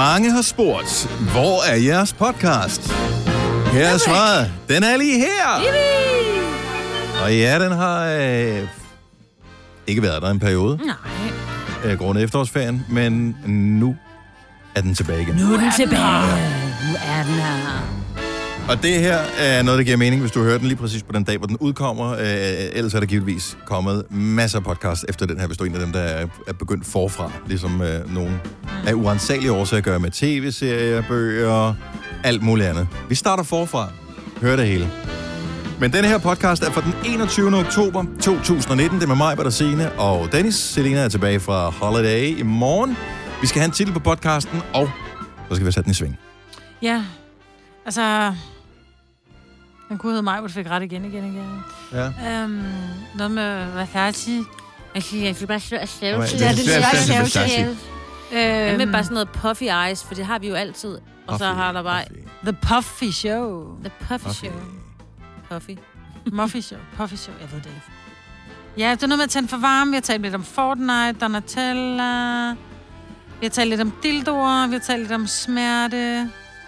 Mange har spurgt, hvor er jeres podcast? Her er svaret. Den er lige her. Og ja, den har ikke været der en periode. Nej. Grundet efterårsferien, men nu er den tilbage igen. Nu er den tilbage. Nu er den her. Og det her er noget, der giver mening, hvis du hører den lige præcis på den dag, hvor den udkommer. Ellers er der givetvis kommet masser af podcast efter den her, hvis du er en af dem, der er begyndt forfra. Ligesom nogen af uansagelige årsager gør med tv-serier, bøger, alt muligt andet. Vi starter forfra. Hør det hele. Men denne her podcast er fra den 21. oktober 2019. Det er med mig, Bertha og Dennis. Selina er tilbage fra Holiday i morgen. Vi skal have en titel på podcasten, og så skal vi sætte den i sving. Ja, altså... Den kunne hedde mig, hvor du fik ret igen. Ja. Noget med Versace. Jeg skal bare slå af Ja, det er svært. Hvad med bare sådan noget puffy eyes, for det har vi jo altid. Og så har der bare... The Puffy Show. The Puffy Show. Puffy. Muffy Show. Puffy Show, jeg ved det ikke. Ja, det er noget med at tænde for varme. Vi har talt lidt om Fortnite, Donatella. Vi har talt lidt om dildoer. Vi har talt lidt om smerte.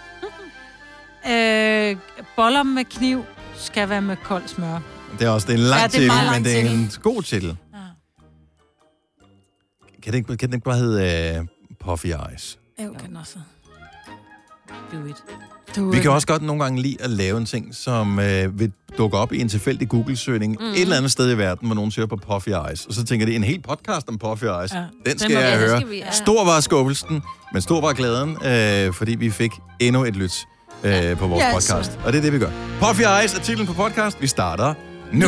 Boller med kniv skal være med kold smør. Det er også en lang titel, men det er en god titel. Ja. Kan den ikke bare hedde Puffy Eyes? Jo, kan den også. Do it. Vi kan også godt nogle gange lide at lave en ting, som vil dukke op i en tilfældig Google-søgning et eller andet sted i verden, hvor nogen søger på Puffy Eyes. Og så tænker de, en hel podcast om Puffy Eyes. Ja. Den skal jeg høre. Stor var skuffelsen, men stor var glæden, fordi vi fik endnu et lyt på vores podcast. Og det er det, vi gør. Puffy Eyes er titlen på podcast. Vi starter nu.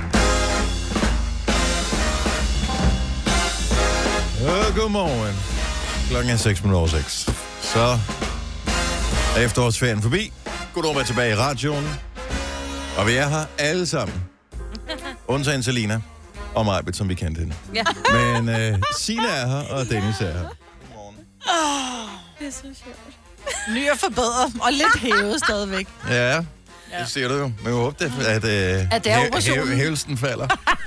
Godmorgen. Klokken er 6:06. Så er efterårsferien forbi. Godmorgen er tilbage i radioen. Og vi er her alle sammen. Undtagen Selina og Majbet, som vi kendte hende. Ja. Men Signe er her, og Dennis er her. Godmorgen. Det er så sjovt. Ny og forbedret, og lidt hævet stadigvæk. Ja, det siger du jo. Men jeg håber, at hævelsen falder.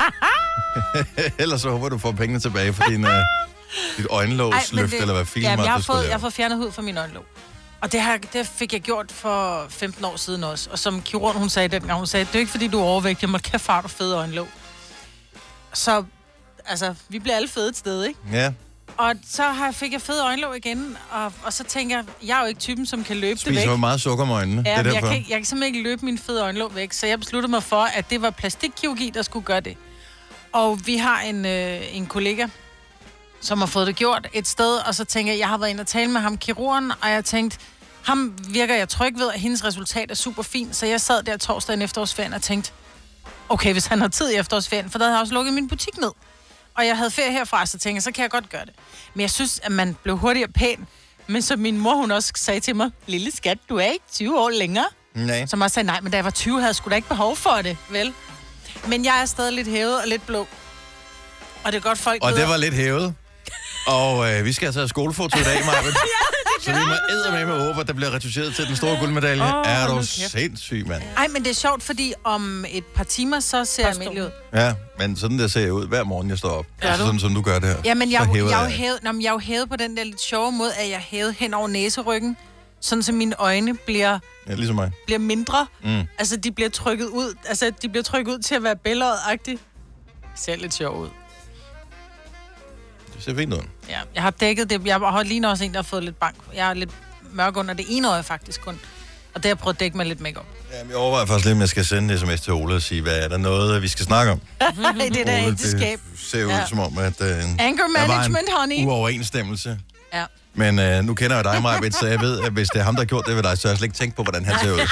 Ellers så håber du får pengene tilbage for dit øjenlåsløft, eller hvad filmer jeg har fået fjernet hud fra min øjenlåg. Og det fik jeg gjort for 15 år siden også. Og som kirurgen, hun sagde dengang, hun sagde, det er ikke fordi, du er overvægtig, men kan far du fede øjenlåg. Så, altså, vi bliver alle fede et sted, ikke? Ja. Og så fik jeg fede øjenlåg igen, og så tænker jeg er jo ikke typen, som kan løbe det væk. Spiser jo meget sukker med øjnene. Ja, det er jeg kan simpelthen ikke løbe mine fede øjenlåg væk, så jeg besluttede mig for, at det var plastikkirurgi, der skulle gøre det. Og vi har en kollega, som har fået det gjort et sted, og så tænker jeg har været inde og tale med ham, kirurgen, og jeg tænkte, ham virker jeg tryg ved, at hendes resultat er super fint, så jeg sad der torsdag i efterårsferien og tænkte, okay, hvis han har tid i efterårsferien, for der havde jeg også lukket min butik ned. Og jeg havde ferie herfra, så tænkte jeg, så kan jeg godt gøre det. Men jeg synes, at man blev hurtigere pæn. Men som min mor, hun også sagde til mig, lille skat, du er ikke 20 år længere. Nej. Som også sagde, nej, men da jeg var 20, havde jeg sgu da ikke behov for det, vel? Men jeg er stadig lidt hævet og lidt blå. Og det er godt, folk og det var lidt hævet. Og vi skal altså have skolefoto i dag, Marvind. Så vi må eddermame håbe, at der bliver retoucheret til den store guldmedalje. Er du sindssyg, mand? Ej, men det er sjovt, fordi om et par timer, så ser jeg almindelig ud. Ja, men sådan der ser jeg ud hver morgen, jeg står op. Altså sådan, som du gør det her. Ja, men jeg er jo hævet på den der lidt sjove måde, at jeg er hævet hen over næseryggen. Sådan, så mine øjne bliver... Ja, ligesom mig. Bliver mindre. Altså, de bliver trykket ud. Altså, de bliver trykket ud til at være bælleragtigt. Det ser lidt sjovt ud. Det ser fint ud. Ja, jeg har dækket det. Jeg har lige også en, der har fået lidt bank. Jeg er lidt mørk under det ene øje faktisk kun. Og det har jeg prøvet at dække med lidt makeup. Jamen, jeg overvejer faktisk lidt, om jeg skal sende en sms til Ole og sige, hvad er der noget, vi skal snakke om? Det er der ægteskab. Det ser ud som om, at anger management, honey. Uoverensstemmelse. Ja. Men nu kender jeg dig, Majbet, så jeg ved, at hvis det er ham, der har gjort det ved dig, så har jeg slet ikke tænkt på, hvordan han ser ud.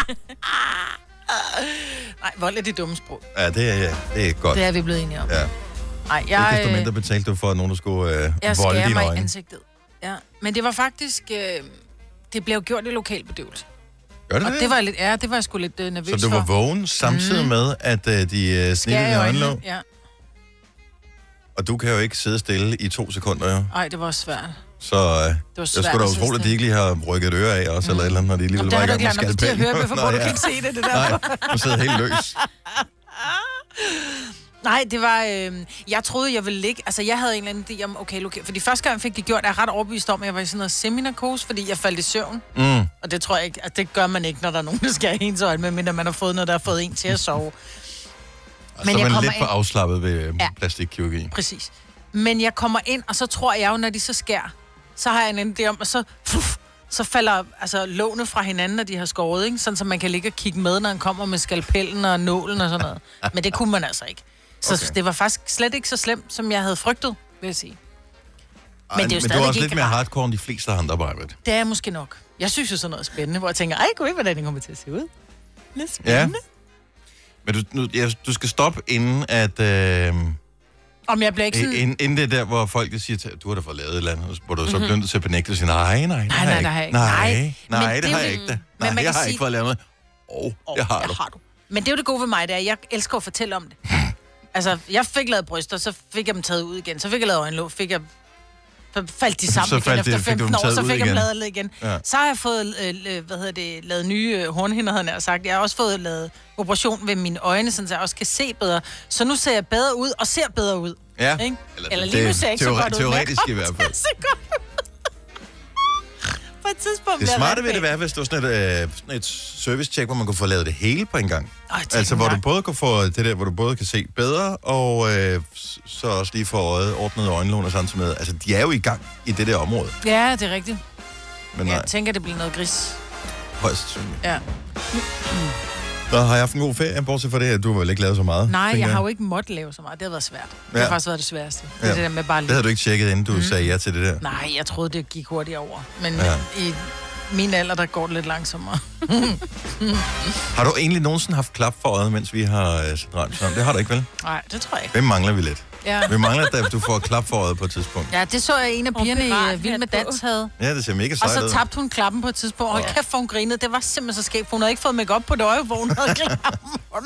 Nej, vold er det dumme sprog. Ja, det er godt. Det er vi blevet enige om. Ja. Ej, ikke desto mindre betalte du for, at nogen der skulle volde dine øjne. Jeg skærer mig i ansigtet. Ja. Men det var faktisk... det blev gjort i lokalbedøvelse. Gør det og det? Det var lidt, det var jeg sgu lidt nervøs for. Så du var vågen samtidig med, at de snittede i øjenlåg? Ja. Og du kan jo ikke sidde stille i 2 sekunder, jo. Nej, det var svært. Så jeg skulle da utroligt, at de ikke lige har rykket øre af også, eller et eller andet, når de alligevel var i gang med skalpel. Det har du glemt, når du hører, for du kan ikke se det der. Nej, du sidder helt løs. Nej, det var... jeg troede, jeg ville ligge... Altså, jeg havde en eller anden idé om, okay, fordi første gang jeg fik det gjort, er jeg ret overbevist om, at jeg var i sådan noget seminarkose, fordi jeg faldt i søvn. Og det tror jeg ikke... Altså, det gør man ikke, når der er nogen, der skal have ens øjne, medmindre man har fået noget, der har fået en til at sove. Men så er man lidt for afslappet ved plastikkirurgi. Præcis. Men jeg kommer ind, og så tror jeg jo, når de så skærer, så har jeg en anden idé om, og så falder altså lågene fra hinanden, når de har skåret, ikke? Sådan, så man kan ligge og kigge med, når han kommer med skalpellen og nålen og sådan noget. Men det kunne man altså ikke. Så det var faktisk slet ikke så slemt, som jeg havde frygtet, vil jeg sige. Men det er jo stadig også lidt mere hardcore end de fleste andre arbejdet. Det er måske nok. Jeg synes jo sådan noget spændende, hvor jeg tænker, gud, hvordan det kommer til at se ud. Lidt spændende. Ja. Men du skal stoppe inden at... Om jeg bliver ikke sådan... Inden det der, hvor folk siger til, du har da fået lavet et eller andet, hvor du så bliver nødt til at benægte og sige, nej, det har jeg ikke. Nej, jeg har ikke fået lavet noget. Jeg har du. Men det er jo det gode ved mig, det er, at jeg elsker at fortælle om det. Altså, jeg fik lavet bryster, så fik jeg dem taget ud igen. Så fik jeg lavet øjenlåg, så faldt de sammen igen efter 15 år, så fik jeg dem lavet igen. Ja. Så har jeg fået, lavet nye hornhinder, havde jeg sagt. Jeg har også fået lavet operation ved mine øjne, så jeg også kan se bedre. Så nu ser jeg bedre ud, og ser bedre ud. Ja. Ikke? Eller lige nu ser jeg ikke så godt ud. Teoretisk i hvert fald. På et tidspunkt. Det smarte ved det være, hvis det var sådan et service-check, hvor man kunne få lavet det hele på en gang. Altså, hvor du både kan få det der, hvor du både kan se bedre, og så også lige få ordnet øjenlån og sådan noget. Altså, de er jo i gang i det der område. Ja, det er rigtigt. Men jeg tænker, det bliver noget gris. Højst sandsynligt. Ja. Så har jeg haft en god ferie, bortset fra det, at du har vel ikke lavet så meget? Nej, jeg har jo ikke måttet lave så meget. Det har været svært. Det har faktisk været det sværeste. Det er det der med bare det havde du ikke tjekket, inden du sagde ja til det der? Nej, jeg troede, det gik hurtigt over. Men i min alder, der går det lidt langsommere. Har du egentlig nogensinde haft klap for øjet, mens vi har set radio sammen? Det har du ikke, vel? Nej, det tror jeg ikke. Hvem mangler vi lidt? Ja. Vi mangler, at du får klap for øjet på et tidspunkt. Ja, det så jeg en af pigerne i Vild med Dans havde. Ja, det ser mega sejt ud. Og så tabte hun klappen på et tidspunkt. Og kæft, for hun grinede. Det var simpelthen så skægt, for hun havde ikke fået make-up på det øje, hvor hun havde klappen.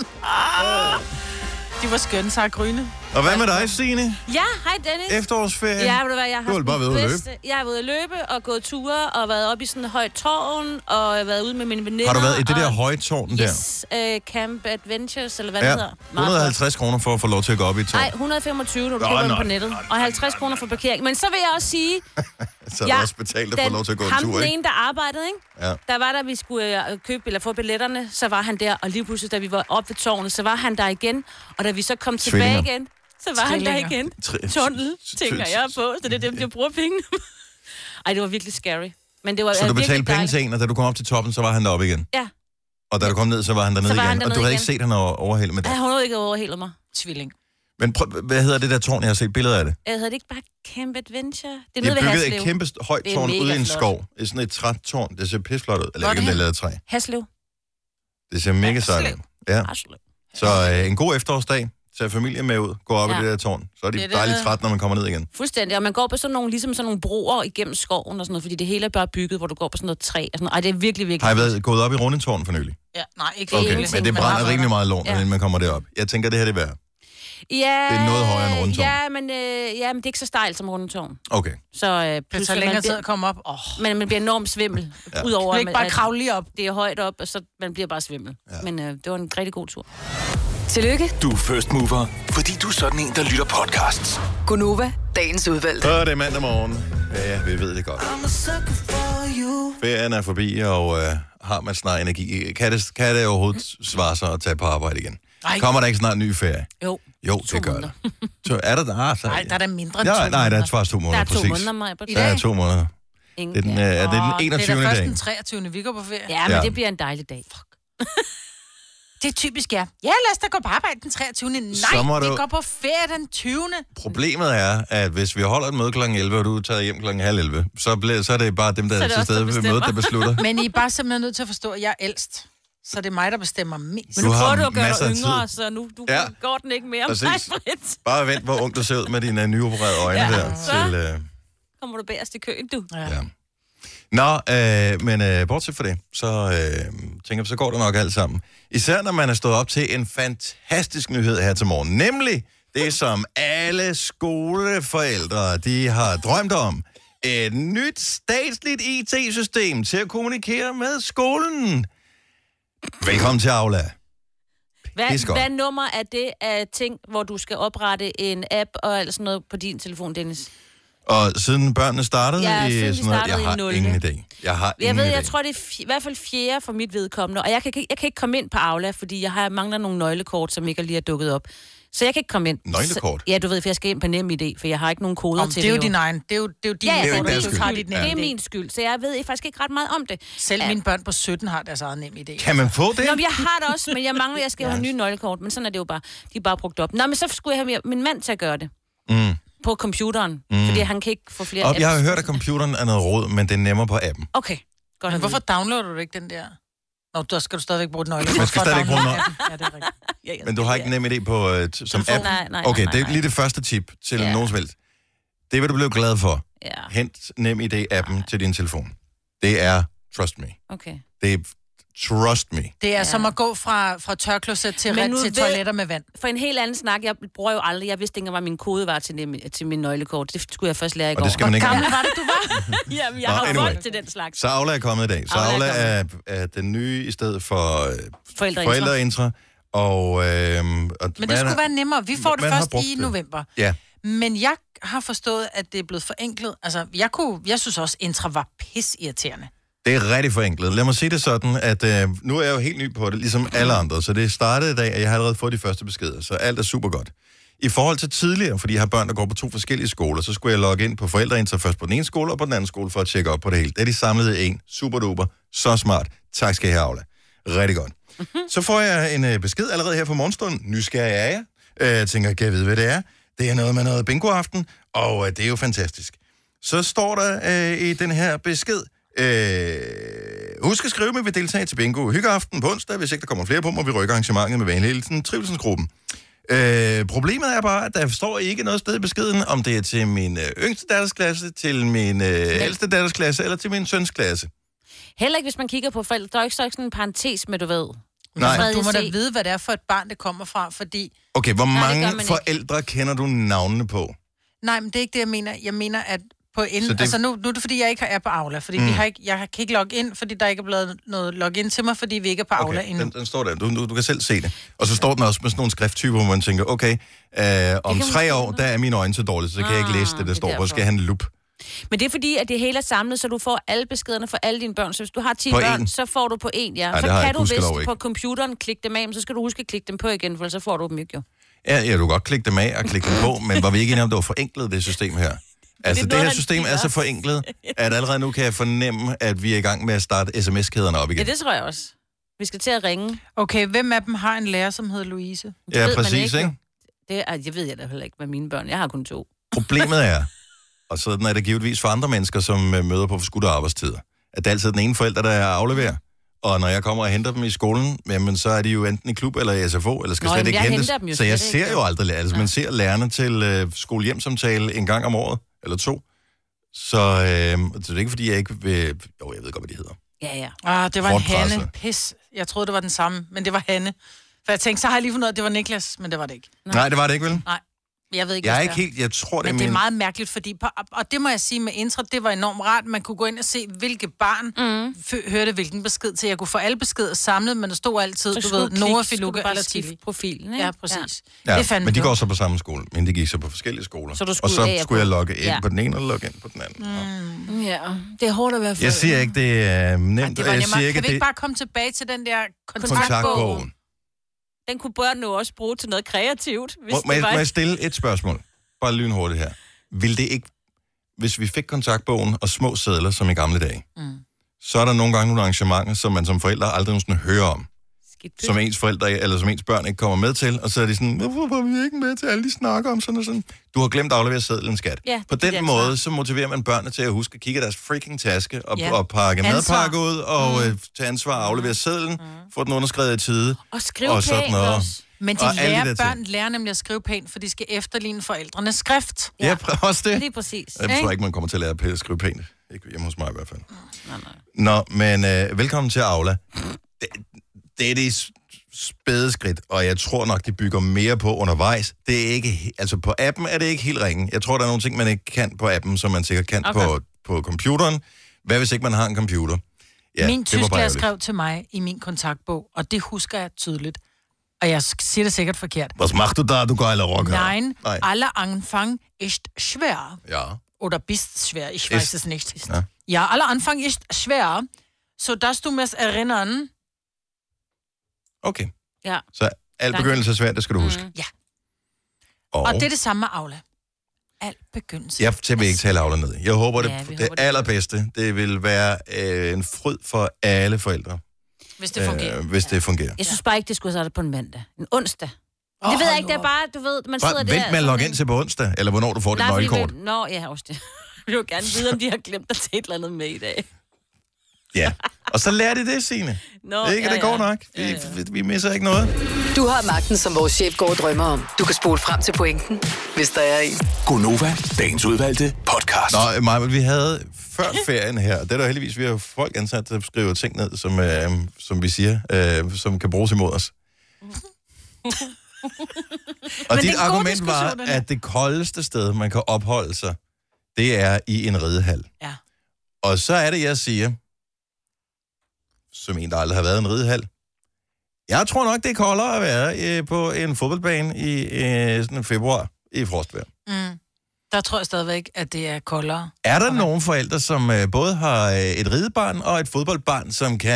De var skønne, så Gryne. Og hvad med dig, Signe? Ja, hej Dennis. Efterårsferie? Ja, ved du hvad, jeg har bare ved at løbe. Jeg har været ude at løbe og gået ture og været oppe i sådan et højt tårn og været ude med mine veninder. Har du været i det der høje tårn der? Yes, Camp Adventures, eller hvad det hedder. 150 kroner for at få lov til at gå op i et tårn. Nej, 125, når du køber dem på nettet. Og 50 kroner for parkering. Men så vil jeg også sige... så har du også betalt at få lov til at gå en tur, ikke? Den ene, der arbejdede, ikke? Ja. Der var der, vi skulle købe eller få billetterne, så var han der. Og lige pludselig, da vi var oppe ved tårnet, så var han der igen. Og da vi så kom tilbage igen, så var han der igen. Tunnel, tænker jeg på. Så det er dem, der bruger penge. Ej, det var virkelig scary. Men det var så du betalte penge til en, og da du kom op til toppen, så var han deroppe igen? Ja. Og da du kom ned, så var han dernede igen? Og du havde ikke set, han overhældet med det? Ja, han havde ikke overhældet mig. Tvilling. Men hvad hedder det der tårn, jeg har set billeder af det? Hedder det ikke bare Camp Adventure? Det er nede ved Haslev. Et kæmpe højt tårn ude i en skov. Det er sådan et trætårn. Det ser pisseflot ud. Eller ikke, om det er lavet træ. Haslev. Det ser mega sejt ud. Ja. Så en god efterårsdag. Tag familien med ud. Gå op i det der tårn. Så er de dejligt træt, når man kommer ned igen. Fuldstændig. Og man går på sådan nogle, ligesom sådan nogle broer igennem skoven og sådan noget, fordi det hele er bare bygget, hvor du går på sådan noget træ. Og sådan noget. Ej, det er virkelig, virkelig... Har jeg gået op i Rundetårn for nylig? Ja, nej, ikke okay, men det brænder rimelig meget lån, inden man kommer derop. Jeg tænker, det her det er værd. Ja, det er noget højere end Rundetårn. Ja, men det er ikke så stejlt som Rundetårn. Okay. Så det tager længere tid at komme op. Men man bliver enormt svimmel. Udover, du ikke bare kravle lige op. Det er højt op, og så man bliver bare svimmel. Ja. Men det var en rigtig god tur. Tillykke. Du er first mover, fordi du er sådan en, der lytter podcasts. Gunova, dagens udvalgte. Så er det mandag morgen. Ja, vi ved det godt. Ferien er forbi, og har man snart energi. Kan det overhovedet svare sig at tage på arbejde igen? Ej. Kommer der ikke snart en ny ferie? Jo, det gør det. Så er der der? Nej, der er der mindre end 2 måneder. Nej, der er faktisk 2 måneder, præcis. Der er 2 måneder, Maja. Der er 2 måneder. Det er den 21. dag. Det er først den 23. vi går på ferie. Ja, men det bliver en dejlig dag. Fuck. Det er typisk, ja. Ja, lad os da gå på arbejde den 23. Nej, vi går på ferie den 20. Problemet er, at hvis vi holder et møde kl. 11, og du tager hjem kl. 10:30, så er det bare dem, der er til stede ved mødet, der beslutter. Men I er bare simpelthen nødt til at forstå, at jeg er ældst. Så det er mig, der bestemmer mest. Men nu prøver du at gøre dig yngre, så nu går den ikke mere om dig, Fritz. Bare vent, hvor ung du ser ud med dine nyopererede øjne der. Kommer du bagerst i køen, du. Ja. Nå, men bortset fra det, så tænker jeg, så går det nok alt sammen. Især når man er stået op til en fantastisk nyhed her til morgen. Nemlig det, som alle skoleforældre, de har drømt om. Et nyt statsligt IT-system til at kommunikere med skolen. Velkommen til Aula. Hvad nummer er det af ting, hvor du skal oprette en app og alt sådan noget på din telefon, Dennis? Og siden børnene startede i sådan noget, jeg har ingen idé. Jeg tror, det er i hvert fald 4 for mit vedkommende, og jeg kan ikke komme ind på Aula, fordi jeg mangler nogle nøglekort, som ikke lige er dukket op. Så jeg kan ikke komme ind. Nøglekort? Ja, du ved, for jeg skal ind på NemID, for jeg har ikke nogen koder til det. Det er jo din egen. Det er jo din det er min skyld, så jeg ved faktisk ikke ret meget om det. Selv mine børn på 17 har deres eget NemID. Kan man få det? Nå, jeg har det også, men jeg skal have nye nøglekort, men sådan er det jo bare. De er bare brugt op. Nå, men så skulle jeg have min mand til at gøre det. På computeren, fordi han kan ikke få flere apps. Jeg har hørt, at computeren er noget råd, men det er nemmere på appen. Okay, godt. Men hvorfor downloader du ikke den der? Nå, der skal du stadigvæk bruge et nøglekort. Man skal stadigvæk bruge noget. Ja, det er rigtigt. Men du har ikke NemID på som app? Nej. Okay, det er lige det første tip til nogen som helst. Det vil du blive glad for. Ja. Hent NemID-appen til din telefon. Det er trust me. Okay. Det er trust me. Det er som at gå fra tørkloset til toiletter med vand. For en helt anden snak, jeg bruger jo aldrig, jeg vidste ikke, hvad min kode var til min nøglekort. Det skulle jeg først lære i går. Og det skal man ikke. Hvor gammel var det, du var? Jamen, jeg har folk til den slags. Så Aula er kommet i dag. Så Aula er den nye i stedet for forældreintra. Men det skulle være nemmere. Vi får det først i november. Ja. Men jeg har forstået, at det er blevet forenklet. Altså, jeg synes også, intra var pisseirriterende. Det er rigtig forenklet. Lad mig sige det sådan, at nu er jeg jo helt ny på det, ligesom alle andre. Så det startede i dag, og jeg har allerede fået de første beskeder. Så alt er super godt. I forhold til tidligere, fordi jeg har børn, der går på 2 forskellige skoler, så skulle jeg logge ind på forældreintra først på den ene skole og på den anden skole for at tjekke op på det hele. Det er de samlede en. Super duper. Så smart. Tak skal I have, Aula. Rigtig godt. Så får jeg en besked allerede her på morgenstunden. Nysgerrig er jeg. Jeg tænker, kan jeg vide, hvad det er? Det er noget med noget bingo-aften, og det er jo fantastisk. Så står der i den her besked, husk at skrive med, vi deltager til bingo hyggeaften på onsdag. Hvis ikke der kommer flere på, må vi rykke arrangementet med vanhelsen trivselsgruppen. Problemet er bare, at der står ikke noget sted i beskeden, om det er til min yngste datters klasse, til min ældste datters klasse, eller til min søns klasse. Heller ikke, hvis man kigger på forældre. Der er ikke sådan en parentes med, du ved. Nej. Du må da vide, hvad det er for et barn, det kommer fra, fordi... Okay, hvor mange forældre kender du navnene på? Nej, men det er ikke det, jeg mener. Jeg mener, at på altså nu er det, fordi jeg ikke er på Aula, fordi jeg kan ikke logge ind, fordi der ikke er blevet noget login til mig, fordi vi ikke er på Aula endnu. Den står der. Du kan selv se det. Og så står den også med sådan nogle skrifttyper, hvor man tænker, okay, om 3 år, der er mine øjne så dårlige, så kan jeg ikke læse det, der står. Hvor skal jeg have en lup? Men det er fordi, at det hele er samlet, så du får alle beskederne for alle dine børn. Så hvis du har 10 børn, så får du på 1, ja. Så kan du vist på computeren klikke dem af, men så skal du huske at klikke dem på igen, for så får du dem ikke jo. Ja, du kan godt klikke dem af og klikke dem på, men var vi ikke enige om, det var forenklet, det system her? Altså, det her system er så forenklet, at allerede nu kan jeg fornemme, at vi er i gang med at starte sms-kæderne op igen. Ja, det tror jeg også. Vi skal til at ringe. Okay, hvem af dem har en lærer, som hedder Louise? Ja, præcis, ikke? Jeg ved jeg da heller ikke med mine børn. Jeg har kun 2. Problemet er, og sådan er det givetvis for andre mennesker, som møder på forskudte arbejdstider, at det er altid den ene forælder, der afleverer. Og når jeg kommer og henter dem i skolen, jamen, så er de jo enten i klub eller i SFO, eller skal slet ikke hentes. Så jeg ser jo aldrig, altså man ser lærerne til skolehjemsamtale en gang om året, eller 2. Så det er ikke, fordi jeg ikke vil... Jo, jeg ved godt, hvad de hedder. Ja. Det var en Hanne. Pis. Jeg troede, det var den samme, men det var Hanne. For jeg tænkte, så har jeg lige fundet ud af, at det var Niklas, men det var det ikke. Nej, det var det ikke, vel? Nej. Jeg ved ikke, jeg er ikke helt, jeg tror det er men det er meget mærkeligt, fordi, og det må jeg sige med intra, det var enormt rart, man kunne gå ind og se, hvilke barn hørte hvilken besked til. Jeg kunne få alle beskeder samlet, men der stod altid, så du ved, Nora, Filuka eller Tilly. Profilen, ikke? Ja, præcis. Ja, det men de går så på samme skole, men de gik så på forskellige skoler. Og så skulle jeg logge ind på den ene, eller logge ind på den anden. Ja, det er hårdt at være for. Jeg siger ikke, det er nemt. Det var nemmere. Kan vi ikke bare komme tilbage til den der kontaktbogen? Den kunne børn nu også bruge til noget kreativt. Må jeg stille et spørgsmål? Bare lynhurtigt her. Vil det ikke, hvis vi fik kontaktbogen og små sedler, som i gamle dage, så er der nogle gange nogle arrangementer, som man som forældre aldrig nogensinde hører om. Som ens forældre, eller som ens børn ikke kommer med til, og så er de sådan, hvorfor var vi ikke med til alle de snakker om sådan og sådan? Du har glemt at aflevere sedlen, skat. Ja, på den måde, så motiverer man børnene til at huske at kigge deres freaking taske og pakke madpakke ud, og tage ansvar og aflevere sedlen, få den underskrevet i tide. Og skrive pænt også. Men børn lærer nemlig at skrive pænt, for de skal efterligne forældrenes skrift. Ja, også det. Lige præcis. Jeg tror ikke, man kommer til at lære at skrive pænt. Ikke hjemme hos mig i hvert fald. Nå, men velkommen til Aula. Det er det spæde skridt, og jeg tror nok, de bygger mere på undervejs. Det er ikke, altså på appen er det ikke helt ringe. Jeg tror, der er nogle ting, man ikke kan på appen, som man sikkert kan på computeren. Hvad hvis ikke man har en computer? Ja, min tysklærer skrev til mig i min kontaktbog, og det husker jeg tydeligt. Og jeg siger det sikkert forkert. Was machst du da, du geile Rocker? Nein, aller Anfang ist schwer. Ja. Oder bist schwer, ich weiß es nicht. Ja. Ja, aller Anfang ist schwer, sodass du mich erinnern. Okay. Ja. Så al begyndelse er svært, det skal du huske. Ja. Og det er det samme med Aula. Al begyndelse. Jeg vil ikke tale Aula ned. Jeg håber, Ja, det allerbedste, det vil være en fryd for alle forældre. Hvis det fungerer. Hvis det fungerer. Jeg synes bare ikke, det skulle have det på en mandag. En onsdag. Det ved jeg ikke, det er bare, du ved, man sidder der... Vent med at logge ind til på onsdag, eller hvornår du får dit nøglekort. Nå, ja, også det. Jeg vil jo gerne vide, om de har glemt at tage et eller andet med i dag. Ja, og så lærer de det, Signe. Ikke, det går nok. Vi misser ikke noget. Du har magten, som vores chef går og drømmer om. Du kan spole frem til pointen, hvis der er en. Gonova, dagens udvalgte podcast. Nå, Maja, vi havde før ferien her, det er der heldigvis, vi har folk ansat, der skriver ting ned, som vi siger, som kan bruges imod os. Og dit argument var, at det koldeste sted, man kan opholde sig, det er i en ridehal. Ja. Og så er det, jeg siger, som en, der aldrig har været i en ridehal, jeg tror nok, det er koldere at være på en fodboldbane i sådan februar i frostvejr. Der tror jeg stadigvæk, at det er koldere. Er der nogle forældre, som både har et ridebarn og et fodboldbarn,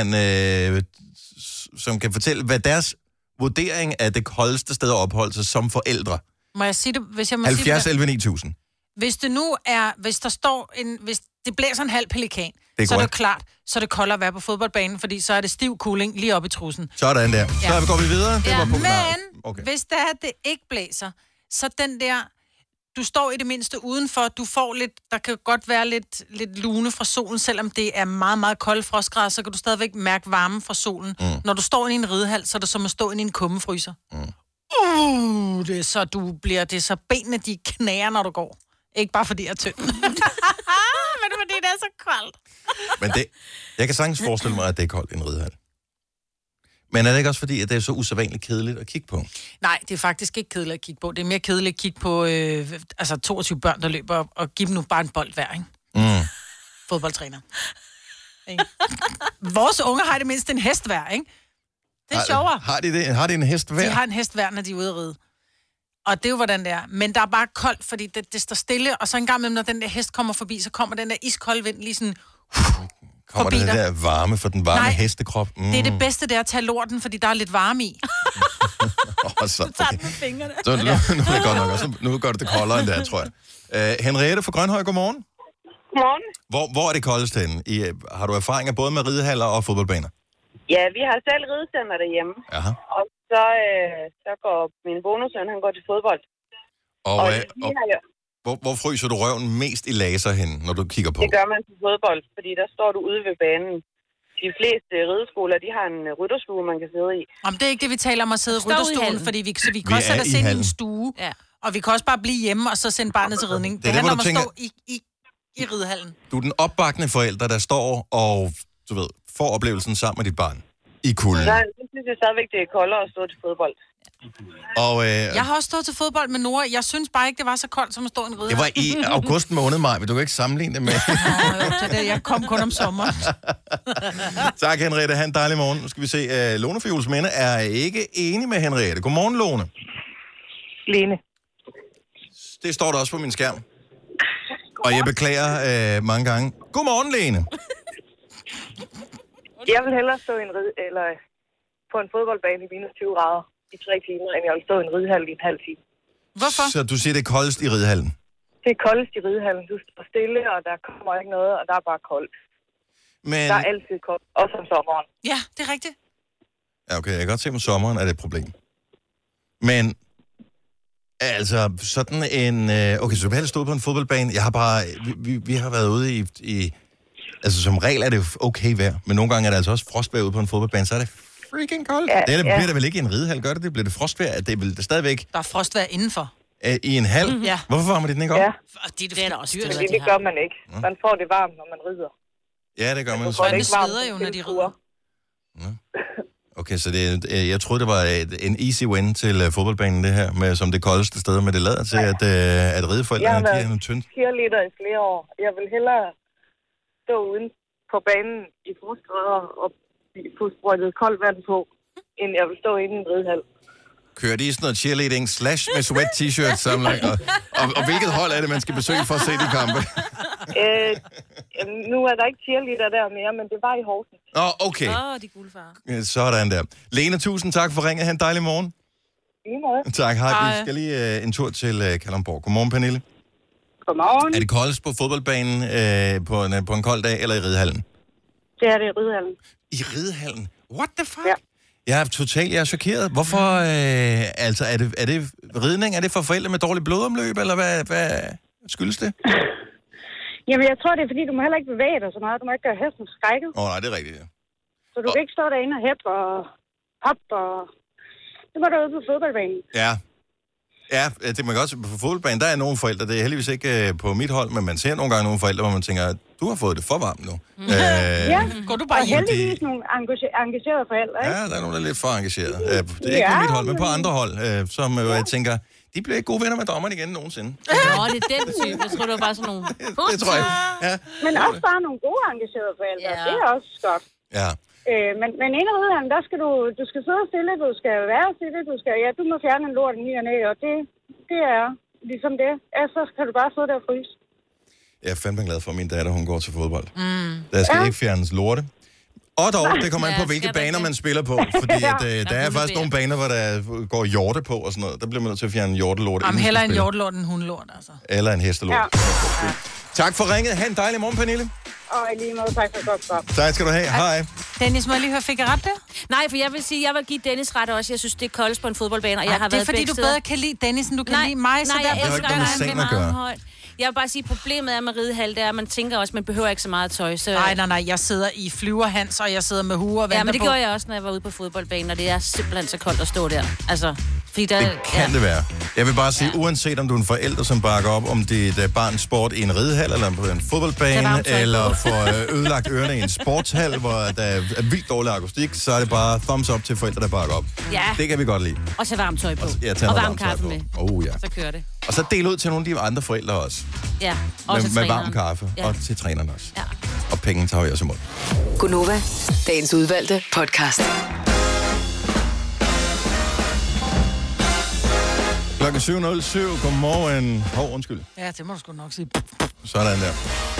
som kan fortælle, hvad deres vurdering af det koldeste sted at opholde sig som forældre? Må jeg sige det, hvis jeg må 70 sige det? 11 9000. Hvis det nu er, hvis det blæser en halv pelikan, så er det klart, så er det koldere at være på fodboldbanen, fordi så er det stiv cooling lige op i trussen. Sådan der. Så går vi videre. Det var Men hvis det ikke blæser, så den der, du står i det mindste udenfor, du får lidt, der kan godt være lidt lune fra solen, selvom det er meget, meget koldt frostgrader, så kan du stadigvæk mærke varmen fra solen. Når du står i en ridehal, så er det som at stå i en kummefryser. Det er så, det er så benene, de knærer, når du går. Ikke bare fordi jeg er tynd. Men fordi det er så koldt. Men jeg kan sagtens forestille mig, at det er koldt i en ridehal. Men er det ikke også fordi, at det er så usædvanligt kedeligt at kigge på? Nej, det er faktisk ikke kedeligt at kigge på. Det er mere kedeligt at kigge på 22 børn, der løber og give dem nu bare en bold hver, ikke? Fodboldtræner. Ikke? Vores unger har det mindst en hest hver, ikke? Det er sjovere. Har de det? Har de en hest hver? De har en hest hver, når de er ude at ride. Og det er jo, hvordan det er. Men der er bare koldt, fordi det står stille, og så en gang imellem, når den der hest kommer forbi, så kommer den der iskolde vind lige sådan... Kommer den der varme for den varme hestekrop? Det er det bedste, det er at tage lorten, fordi der er lidt varme i. Så tager den med fingrene. Så nu er det godt nok også. Nu gør det koldere end det her, tror jeg. Henriette fra Grønhøj, godmorgen. Godmorgen. Hvor er det koldest henne? Har du erfaringer både med ridehaller og fodboldbaner? Ja, vi har selv ridecenter derhjemme. Aha. Og så går min bonussøn, han går til fodbold. Hvor fryser du røven mest i laser hen, når du kigger på? Det gør man til fodbold, fordi der står du ude ved banen. De fleste rideskoler, de har en rytterstue, man kan sidde i. Jamen, det er ikke det, vi taler om at sidde i rytterstolen, fordi vi kan også sætte os ind i en stue, og vi kan også bare blive hjemme og så sende barnet til ridning. Det handler om at stå i ridehallen. Du er den opbakkende forælder, der står og, du ved, får oplevelsen sammen med dit barn i kulden. Nej, det synes jeg stadigvæk, det er koldere at stå til fodbold. Jeg har også stået til fodbold med Nora. Jeg synes bare ikke, det var så koldt, som at stå i en ridehal. Det var i august måned, Maj, men du kan ikke sammenligne det med. Jeg kom kun om sommeren. Tak, Henriette. Ha' en dejlig morgen. Nu skal vi se. Lone fra Juelsminde er ikke enig med Henriette. Godmorgen, Lone. Lene. Det står der også på min skærm. Og jeg beklager mange gange. Godmorgen, Lene. Jeg vil hellere stå i en eller på en fodboldbane i minus 20 grader i 3 timer, end jeg vil stå i en ridehal i en halv time. Hvorfor? Så du siger, det er koldest i ridehallen? Det er koldest i ridehallen. Du står stille, og der kommer ikke noget, og der er bare koldt. Men... Der er altid koldt, også om sommeren. Ja, det er rigtigt. Ja, okay, jeg kan godt se, om sommeren er det et problem. Men, altså, sådan en... Okay, så du vil helst stå på en fodboldbane. Jeg har bare... Vi har været ude i... Altså, som regel er det okay vejr, men nogle gange er det altså også frostvejr ude på en fodboldbane, så er det freaking koldt. Ja, bliver det vel ikke i en ridehal, gør det? Det bliver det frostvejr, det er vel det stadigvæk... Der er frostvejr indenfor. I en hal? Ja. Hvorfor varmer de den ikke op? Ja. Fordi det er da også dyrt. Men det gør man ikke. Man får det varmt, når man rider. Ja, det gør man. Man får det ikke varmt, jo, når de rider. Okay, så jeg troede, det var en easy win til fodboldbanen, det her, med, som det koldeste sted, men det lader til, at rideforældrene giver noget tyndt. Jeg har været cheerleader i flere år. Jeg vil hellere stå uden på banen i frostgrader og få sprøjtet koldt vand på, end jeg vil stå inde i en ridehal. Kører de sådan noget cheerleading / med sweat t-shirts sammen? Og hvilket hold er det, man skal besøge for at se de kampe? Nu er der ikke cheerleader der mere, men det var i Horsens. Okay. De gule farer. Sådan der. Lene, tusind tak for ringet. Ha' en dejlig morgen. I måde. Tak. Hej. Vi skal lige en tur til Kalundborg. Godmorgen, Pernille. Godmorgen. Er det koldest på fodboldbanen på en kold dag, eller i Ridehallen? Det er det i Ridehallen. I Ridehallen? What the fuck? Ja. Jeg er chokeret. Hvorfor, er det ridning? Er det for forældre med dårligt blodomløb, eller hvad skyldes det? Jamen, jeg tror, det er, fordi du må heller ikke bevæge dig så meget. Du må ikke gøre hesten skrækket. Nej, det er rigtigt, ja. Så du kan ikke stå derinde og hæppe og hoppe og... Det må du ude på fodboldbanen. Ja. Ja, det må godt på fodboldbanen. Der er nogle forældre, det er heldigvis ikke på mit hold, men man ser nogle gange nogle forældre, hvor man tænker, du har fået det for varmt nu. Ja, går du bare og heldigvis nogle engagerede forældre, ikke? Ja, der er nogle, der er lidt for engageret. Det er ikke på mit hold, men på andre hold, som jeg tænker, de bliver ikke gode venner med dommeren igen nogensinde. Det er den type. Jeg tror, det var bare sådan nogle... Det tror jeg. Ja. Men også bare nogle gode engagerede forældre. Ja. Det er også godt. Ja. Men inde i Ridehallen, der skal du skal sidde stille, du skal være stille, du må fjerne en lort i og ned, og det er ligesom det. Så kan du bare sidde der og fryse. Jeg er fandme glad for, at min datter, hun går til fodbold. Der skal ikke fjernes lorte. Og dog, det kommer an på, hvilke baner man spiller på. Fordi der er faktisk nogle baner, hvor der går hjorte på og sådan noget. Der bliver man nødt til at fjerne hjortelort. Jamen heller en hjortelort end hundelort, altså. Eller en hestelort. Ja. Tak for ringet. Ha' en dejlig morgen, Pernille. Og i lige måde, tak for et godt svar. Tak skal du have. Hej. Dennis, må jeg lige høre, fik jeg ret der? Nej, for jeg vil sige, jeg vil give Dennis ret også. Jeg synes, det er koldest på en fodboldbane, og jeg har det er været fordi, du bedre kan lide Dennis, end du kan lide mig. Nej, jeg elsker dig meget højt. Jeg vil bare sige, problemet er med ridehal, det er, at man tænker også, man behøver ikke så meget tøj. Så... Nej, jeg sidder i flyverhans, og jeg sidder med huer og venter på. Ja, men det gjorde jeg også, når jeg var ude på fodboldbanen, og det er simpelthen så koldt at stå der. Altså, fordi der, det kan det være. Jeg vil bare sige, uanset om du er en forælder, som bakker op om dit barns sport i en ridehal, eller på en fodboldbane, eller får ødelagt ørerne i en sportshal, hvor der er vildt dårlig akustik, så er det bare thumbs up til forældre, der bakker op. Ja. Det kan vi godt lide. Og tage varmt tøj på. Og varm kaffe med. Ja. Så kører det. Og så del ud til nogle af de andre forældre også. Ja, også med varm kaffe. Ja. Og til trænerne også. Ja. Og penge tager vi også imod. Gunova, dagens udvalgte podcast. Klokken 7.07. Godmorgen. Undskyld. Ja, det må du sgu nok sige. Sådan der.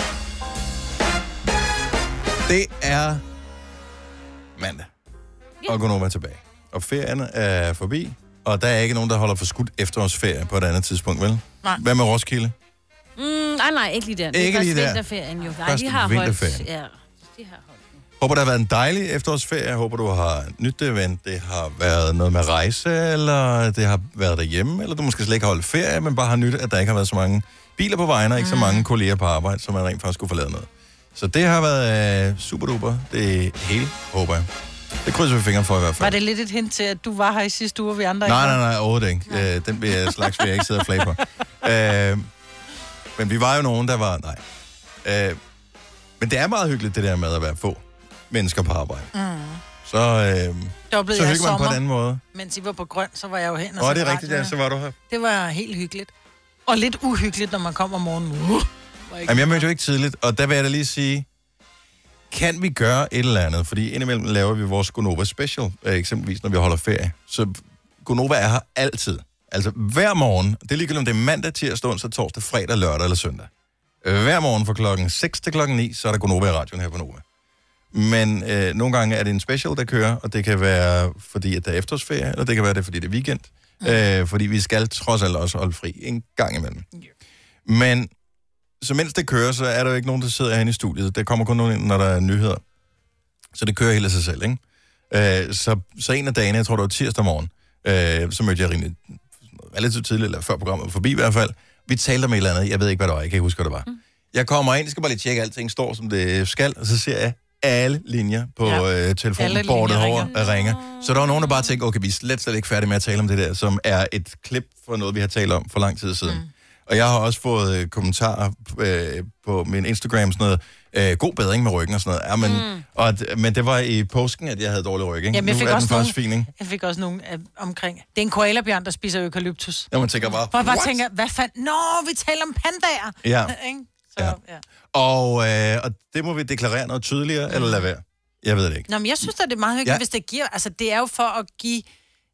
Det er mandag. Og Gunova er tilbage. Og ferien er forbi. Og der er ikke nogen, der holder for skudt efterårsferie på et andet tidspunkt, vel? Nej. Hvad med Roskilde? Nej, ikke lige der. Det er først vinterferien jo. Nej, de har holdt. Ja, de har holdt. Håber, det har været en dejlig efterårsferie. Jeg håber, du har nyt det event. Det har været noget med rejse, eller det har været derhjemme, eller du måske slet ikke har holdt ferie, men bare har nyt, at der ikke har været så mange biler på vejen, og ikke så mange kolleger på arbejde, så man rent faktisk skulle få lavet noget. Så det har været super duper. Det hele, håber jeg. Det krydser vi fingre for i hvert fald. Var det lidt et hint til, at du var her i sidste uge, vi andre ikke? Nej, overhovedet ikke. Den vil jeg ikke sidde og flage på. Men vi var jo nogen, der var... Nej. Men det er meget hyggeligt, det der med at være få mennesker på arbejde. Så hygger man på en anden måde. Mens I var på grøn, så var jeg jo hen. Og det er rigtigt, ja, så var du her. Det var helt hyggeligt. Og lidt uhyggeligt, når man kommer om morgenen. Jamen, jeg mødte jo ikke tidligt, og der vil jeg da lige sige, kan vi gøre et eller andet? Fordi indimellem laver vi vores Gunova Special, eksempelvis når vi holder ferie. Så Gunova er her altid. Altså hver morgen, det er ligegyldigt om det er mandag, tirsdag, onsdag, torsdag, fredag, lørdag eller søndag. Hver morgen fra klokken 6 til klokken 9, så er der Gunova i radioen her på Nova. Men nogle gange er det en special, der kører, og det kan være, fordi at der er efterårsferie, eller det kan være, det fordi det er weekend. Fordi vi skal trods alt også holde fri en gang imellem. Men så mens det kører, så er der jo ikke nogen, der sidder herinde i studiet. Der kommer kun nogen ind, når der er nyheder. Så det kører hele sig selv, ikke? Så en af dagene, jeg tror det var tirsdag morgen, så mødte jeg relativt tidligt, eller før programmet var forbi i hvert fald. Vi talte om et eller andet, jeg ved ikke, hvad det var, jeg kan ikke huske, hvad det var. Jeg kommer ind, skal bare lige tjekke, at alting står, som det skal, og så ser jeg alle linjer på telefonbordet herovre ringer. Så der var nogen, der bare tænkte, okay, vi er slet ikke færdige med at tale om det der, som er et klip for noget, vi har talt om for lang tid siden. Og jeg har også fået kommentarer på min Instagram, sådan noget, god bedring med ryggen og sådan noget. Men det var i påsken, at jeg havde dårlig ryg, ikke? Jamen, jeg fik også nogle omkring. Det er en koalabjørn, der spiser eukalyptus. Ja, man tænker bare, hvor jeg bare tænker, hvad fanden? Vi taler om pandaer! Ja. Så, ja. Og det må vi deklarere noget tydeligere, eller lade være. Jeg ved det ikke. Nå, men jeg synes, at det er meget hyggeligt, hvis det giver... Altså, det er jo for at give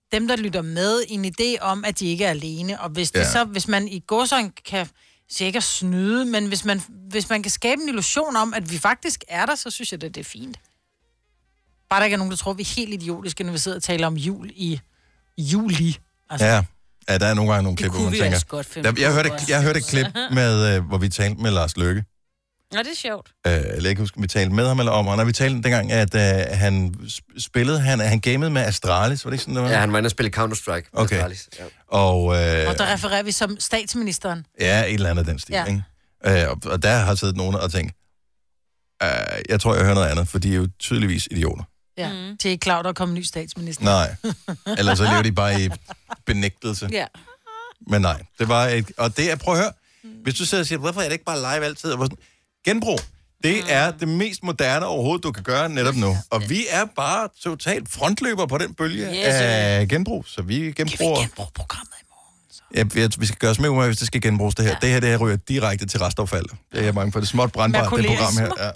dem, der lytter med, en idé om, at de ikke er alene. Og hvis, det så, hvis man i gåsøjne kan sikkert snyde, men hvis man kan skabe en illusion om, at vi faktisk er der, så synes jeg, det er fint. Bare der ikke er nogen, der tror, vi er helt idiotiske, når vi sidder og taler om jul i juli. Altså. Ja, der er nogle gange nogle klip, hvor man tænker... Jeg hørte et klip, med, hvor vi talte med Lars Løkke. Nå, det er sjovt. Jeg ikke huske, om vi talte med ham eller om ham. Når vi talte dengang, at han spillede... Han gamede med Astralis, var det ikke sådan, det var? Ja, han var inde og spille Counter-Strike med Astralis. Ja. Og der refererer vi som statsministeren. Ja, et eller andet den stil, ikke? Og der har siddet nogen og tænkt, jeg tror, jeg hører noget andet, for de er jo tydeligvis idioter. Ja, de er ikke klar, der kommer en ny statsminister. Nej, ellers så lever de bare i benægtelse. Ja. Men nej, det var et... Og det er, prøv at høre, hvis du sidder og siger, hvorfor er det ikke bare live altid? Genbrug, det er det mest moderne overhovedet, du kan gøre netop nu. Og vi er bare totalt frontløber på den bølge af genbrug, så vi genbruger... Kan vi genbruge programmet i morgen? Så? Ja, vi skal gøre os med umage, hvis det skal genbruges det her. Ja. Det her ryger direkte til restaffald. Det er jeg bange for. Det er småt brandbart, det program her. Ja.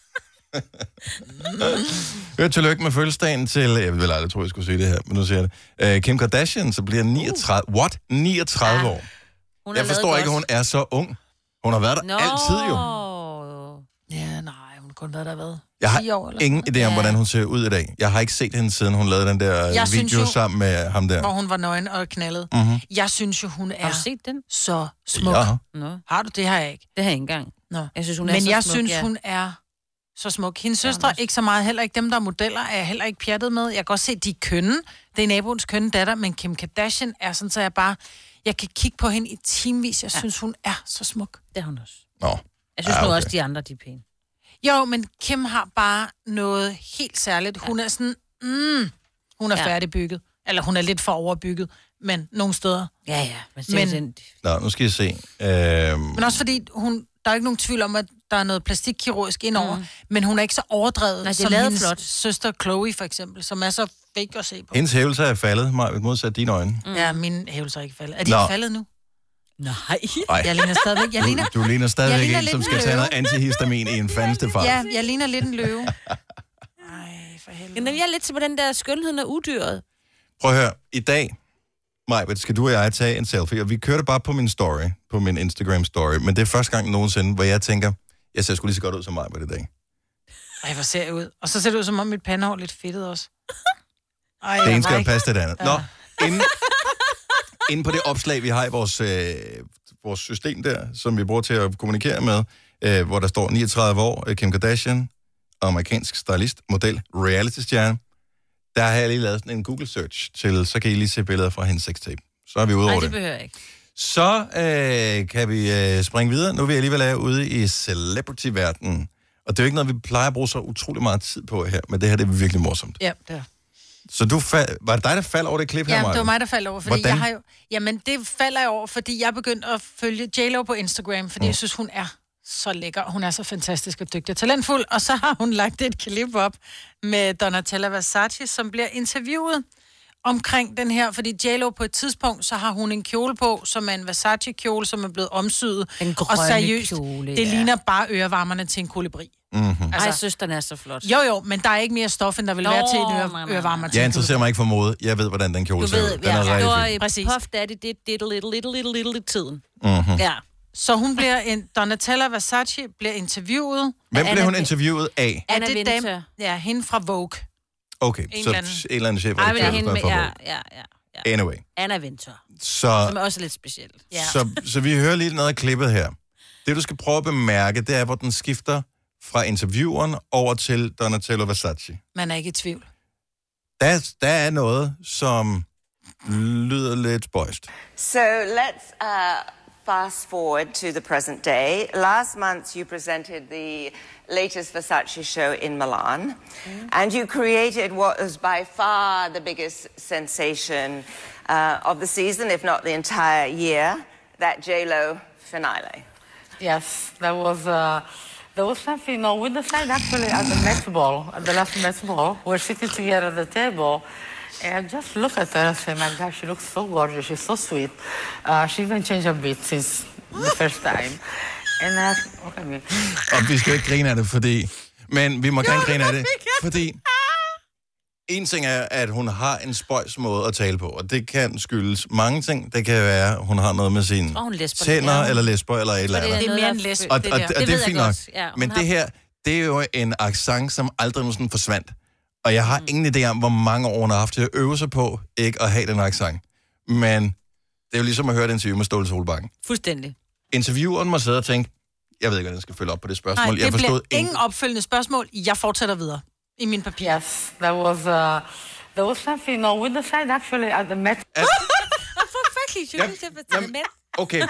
Tillykke med fødselsdagen til... Jeg vil aldrig tro, jeg skulle sige det her, men nu siger jeg det. Kim Kardashian, så bliver 39 år. Jeg forstår ikke, at hun er så ung. Hun har været der altid jo. Ja, nej, hun kunne været der været. Jeg har ingen idé om, hvordan hun ser ud i dag. Jeg har ikke set hende, siden hun lavede den der video sammen med ham der. Hvor hun var nøgen og knaldede. Jeg synes jo, hun er... Har du set den? Så smuk. Ja. Har du? Det har jeg ikke. Det har jeg ikke engang. Nå. Jeg synes, hun er men så jeg smuk, synes, hun er så smuk. Hendes søstre ikke så meget, heller ikke dem, der er modeller, er jeg heller ikke pjattet med. Jeg kan godt se, de er kønne. Det er naboens kønne datter, men Kim Kardashian er sådan, så jeg kan kigge på hende i timevis. Jeg synes, hun er så smuk. Det er hun også. Nå. Jeg synes nu også, de andre, de er pæne. Jo, men Kim har bare noget helt særligt. Hun er sådan, hun er færdigbygget. Eller hun er lidt for overbygget, men nogle steder. Ja. Men nu skal I se. Men også fordi, der er ikke nogen tvivl om, at der er noget plastikkirurgisk indover, men hun er ikke så overdrevet, som hendes søster Chloe for eksempel, som er så fake at se på. Hendes hævelser er faldet, modsat dine øjne. Ja, mine hævelser er ikke faldet. Er de ikke faldet nu? Nej. Jeg ligner stadigvæk. Du ligner stadigvæk en, som skal tage noget antihistamin i en fandeste fart. Ja, jeg ligner lidt en løve. Ej, for helvede. Men jeg er lidt til på den der skønheden af udyret. Prøv at høre, i dag, Majbert, skal du og jeg tage en selfie, og vi kører det bare på min story, på min Instagram-story, men det er første gang nogensinde, hvor jeg tænker, jeg ser sgu lige så godt ud som Majbert i dag. Ej, hvor ser jeg ud. Og så ser det ud, som om mit pandehår er lidt fedtet også. Ej, det ene skal jo passe til det andet. Ja. Nå, inde på det opslag, vi har i vores system der, som vi bruger til at kommunikere med, hvor der står 39 år, Kim Kardashian, amerikansk stylist, model, reality-stjerne. Der har jeg lige lavet sådan en Google-search til, så kan I lige se billeder fra hendes sextape. Så er vi ude over det. Nej, det behøver jeg ikke. Så kan vi springe videre. Nu er vi alligevel ude i celebrity-verdenen. Og det er jo ikke noget, vi plejer at bruge så utrolig meget tid på her, men det her det er virkelig morsomt. Ja, det er. Så var det dig, der faldt over det klip her, Maja? Ja, det var mig, der faldt over, fordi hvordan? jeg har jo... Jamen, det falder jeg over, fordi jeg begyndte at følge J.Lo på Instagram, fordi jeg synes, hun er så lækker. Hun er så fantastisk og dygtig og talentfuld. Og så har hun lagt et klip op med Donatella Versace, som bliver interviewet omkring den her, fordi J.Lo på et tidspunkt, så har hun en kjole på, som er en Versace-kjole, som er blevet omsyet. En grønne og seriøst, kjole, det ligner bare ørevarmerne til en kolibri. Mm-hmm. Altså, jeg synes, den er så flot. Jo, men der er ikke mere stof, end der vil være til en ørevarmer. Jeg interesserer mig ikke for mode. Jeg ved, hvordan den kjole ser ud. Den er rigtig fin. Puff Daddy, det little tiden. Mm-hmm. Ja. Så hun bliver Donatella Versace bliver interviewet. Hvem blev hun interviewet af? Anna Wintour. Ja, hende fra Vogue. Okay, så en eller anden chef. Ja. Anyway. Anna Wintour. Som er også lidt speciel. Ja. Så vi hører lige noget af klippet her. Det, du skal prøve at bemærke, det er, hvor den skifter fra intervieweren over til Donatella Versace. Man er ikke i tvivl. Der er noget, som lyder lidt spøjst. So let's fast forward to the present day. Last month you presented the latest Versace show in Milan, and you created what was by far the biggest sensation of the season, if not the entire year, that J.Lo finale. Yes, there was something, we decided actually at the Met Ball, at the last Met Ball, we're sitting together at the table, and just look at her and say, my God, she looks so gorgeous, she's so sweet. She even changed a bit since the first time. And okay. Og vi skal ikke grine af det, men vi må gerne grine af det, fordi En ting er, at hun har en spøjs måde at tale på, og det kan skyldes mange ting. Det kan være, at hun har noget med sine tænder, eller lesber, eller et eller andet. Det er mere en lesb, og det er fint nok. Ja, men det her, det er jo en accent, som aldrig nogensinde forsvandt. Og jeg har ingen idé om, hvor mange år hun har haft til at øve sig på, ikke at have den accent. Men det er jo ligesom at høre et interview med Ståle Solbakken. Fuldstændig. Intervieweren må sidde og tænke, jeg ved ikke, hvordan jeg skal følge op på det spørgsmål. Nej, det bliver ingen opfølgende spørgsmål. Jeg fortsætter videre i min papir. Yes, there was something with the side actually at the Met. Okay.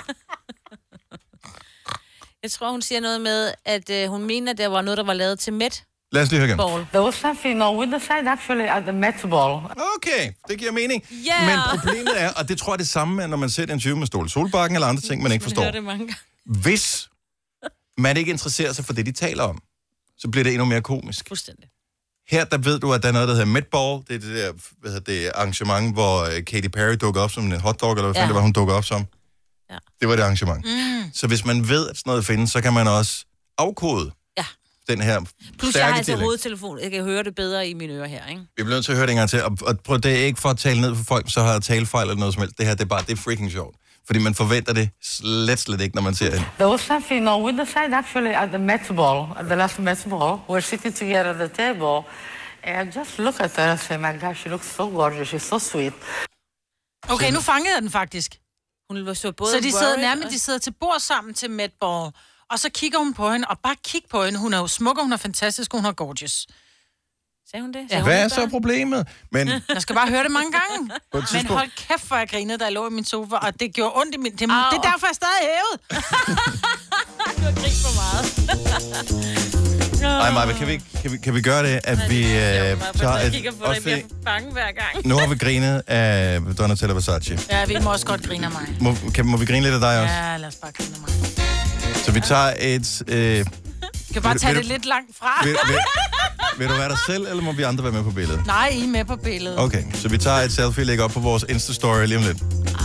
Jeg tror, hun siger noget med, at hun mener, at der var noget, der var lavet til Met. Lad os lige høre igen. There was something with the side actually at the Met Ball. Okay, det giver mening. Yeah. Men problemet er, og det tror jeg det samme, når man ser en interview med Ståle Solbakken eller andre ting, man ikke forstår. Det mange gange. Hvis man ikke interesserer sig for det, de taler om, så bliver det endnu mere komisk. Fuldstændig. Her, der ved du, at der er noget, der hedder Met Ball. Det er det der arrangement, hvor Katy Perry dukker op som en hotdog, eller hvad fanden det var, hun dukker op som. Ja. Det var det arrangement. Så hvis man ved, at sådan noget findes, så kan man også afkode den her plus jeg har altså hovedtelefon. Jeg kan høre det bedre i mine ører her, ikke? Vi bliver nødt til at høre det en gang til. Og prøv, det er ikke for at tale ned for folk, så har jeg talefejl eller noget som helst. Det her, det er freaking sjovt. Fordi man forventer det slet ikke, når man ser det. There was something with the side actually at the Met Ball, at the last Met Ball. We're sitting together at the table. And just look at her and say, my God, she looks so gorgeous, she's so sweet. Okay, nu fangede jeg den faktisk. Hun var så både så de sidder nærmest, de sidder til bord sammen til Met Ball. Og så kigger hun på hende, og bare kig på hende. Hun er jo smuk, og hun er fantastisk, og hun er gorgeous. Sagde hun det? Ja. Hvad er så problemet? Men jeg skal bare høre det mange gange. Men hold kæft, hvor jeg grinede, da jeg lå i min sofa, og det gjorde ondt i min... Det er derfor, jeg stadig hævet. Du har grint for meget. Ej, Maja, kan vi gøre det, at vi tager et... kigger på dig, jeg bliver bange hver gang. Nu har vi grinet af Donatella Versace. Ja, vi må også godt grine af mig. Må vi grine lidt af dig også? Ja, lad os bare grine af mig. Så vi tager et... kan bare tage det lidt langt fra. Vil du være dig selv, eller må vi andre være med på billedet? Nej, I er med på billedet. Okay, så vi tager et selfie, lægger op på vores Insta-story lige om lidt.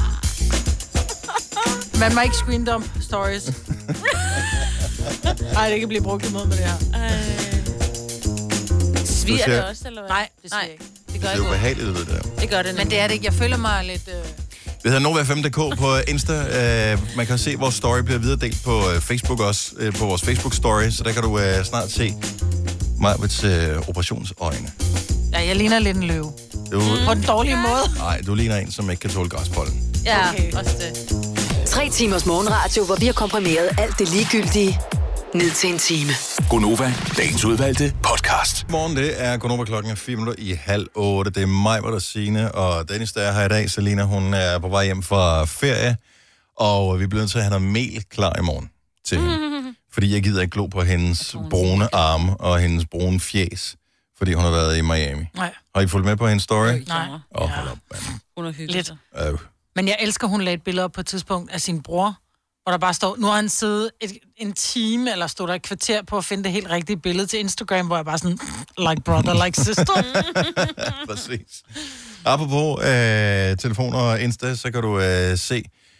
Man må ikke screendump stories. Nej, det kan blive brugt imod med det her. Sviger det også, eller hvad? Nej, det sviger ikke. Det gør det er ubehageligt, ved det. Det gør det. Men det er det ikke. Jeg føler mig lidt... Det hedder Nova5.dk på Insta. Man kan se, vores story bliver videredelt på Facebook også, på vores Facebook-story, så der kan du snart se Majbrits operationsøjne. Ja, jeg ligner lidt en løve. På den dårlige måde. Nej, du ligner en, som ikke kan tåle græspollen. Ja, okay. Også det. 3 timers morgenradio, hvor vi har komprimeret alt det ligegyldige ned til en time. Gonova, dagens udvalgte podcast. Morgen, det er Gonova, klokken er 7:07. Det er mig, hvor der Signe og Dennis, der er her i dag. Selina, hun er på vej hjem fra ferie, og vi bliver nødt til at have noget mel klar i morgen til hende. Fordi jeg gider ikke glo på hendes brune arme og hendes brune fjes, fordi hun har været i Miami. Nej. Har I fulgt med på hendes story? Nej. Hold op, mand. Hun er hyggelig. Men jeg elsker, hun lagde et billede op på et tidspunkt af sin bror, hvor der bare står, nu har han siddet en time, eller stod der et kvarter på at finde det helt rigtige billede til Instagram, hvor jeg bare sådan, like brother, like sister. Præcis. Apropos telefoner og Insta, så kan du se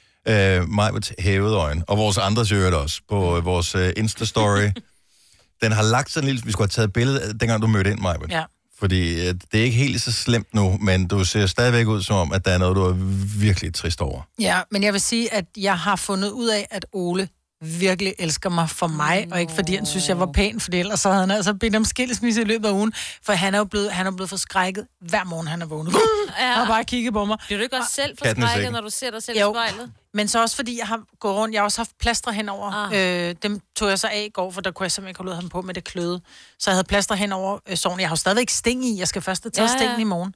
mig med hævede øjne, og vores andres øvrigt også, på vores Insta-story. Den har lagt sådan en lille, vi skulle have taget billedet, dengang du mødte ind, Majbert. Ja. Fordi det er ikke helt så slemt nu, men du ser stadigvæk ud som om, at der er noget, du er virkelig trist over. Ja, men jeg vil sige, at jeg har fundet ud af, at Ole virkelig elsker mig for mig, og ikke fordi han synes, jeg var pæn, fordi ellers så havde han altså bedt om skilsmisse i løbet af ugen, for han er blevet forskrækket hver morgen, han er vågnet. Han har bare kigget på mig. Bliver du ikke også selv forskrækket, når du ser dig selv i spejlet? Men så også fordi, jeg har gået rundt, jeg har også haft plastre henover. Dem tog jeg så af i går, for der kunne jeg simpelthen ikke holde ud af ham på med det kløde. Så jeg havde plastre henover såren. Jeg har jo stadigvæk sting i, jeg skal først have taget stingen i morgen.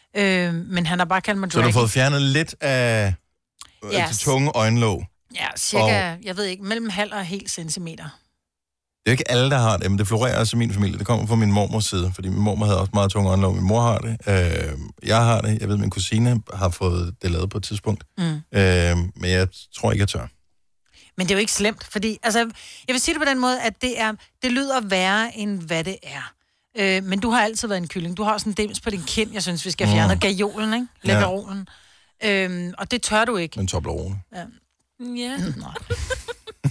Men han har bare kaldt mig Dragon. Så du har fået fjernet lidt af det tunge øjenlåg? Ja, cirka, jeg ved ikke, mellem halv og helt centimeter. Det er ikke alle, der har det, men det florerer også i min familie. Det kommer fra min mormors side, fordi min mormor havde også meget tunge øjenlåg. Min mor har det, jeg har det, jeg ved, min kusine har fået det lavet på et tidspunkt. Men jeg tror ikke, jeg tør. Men det er jo ikke slemt, fordi, altså, jeg vil sige det på den måde, at det lyder værre, end hvad det er. Men du har altid været en kylling. Du har også en dims på din kind, jeg synes, vi skal fjerne. Gajolen, ikke? Læberolen. Og det tør du ikke. Men Toblerone. Ja. Ja.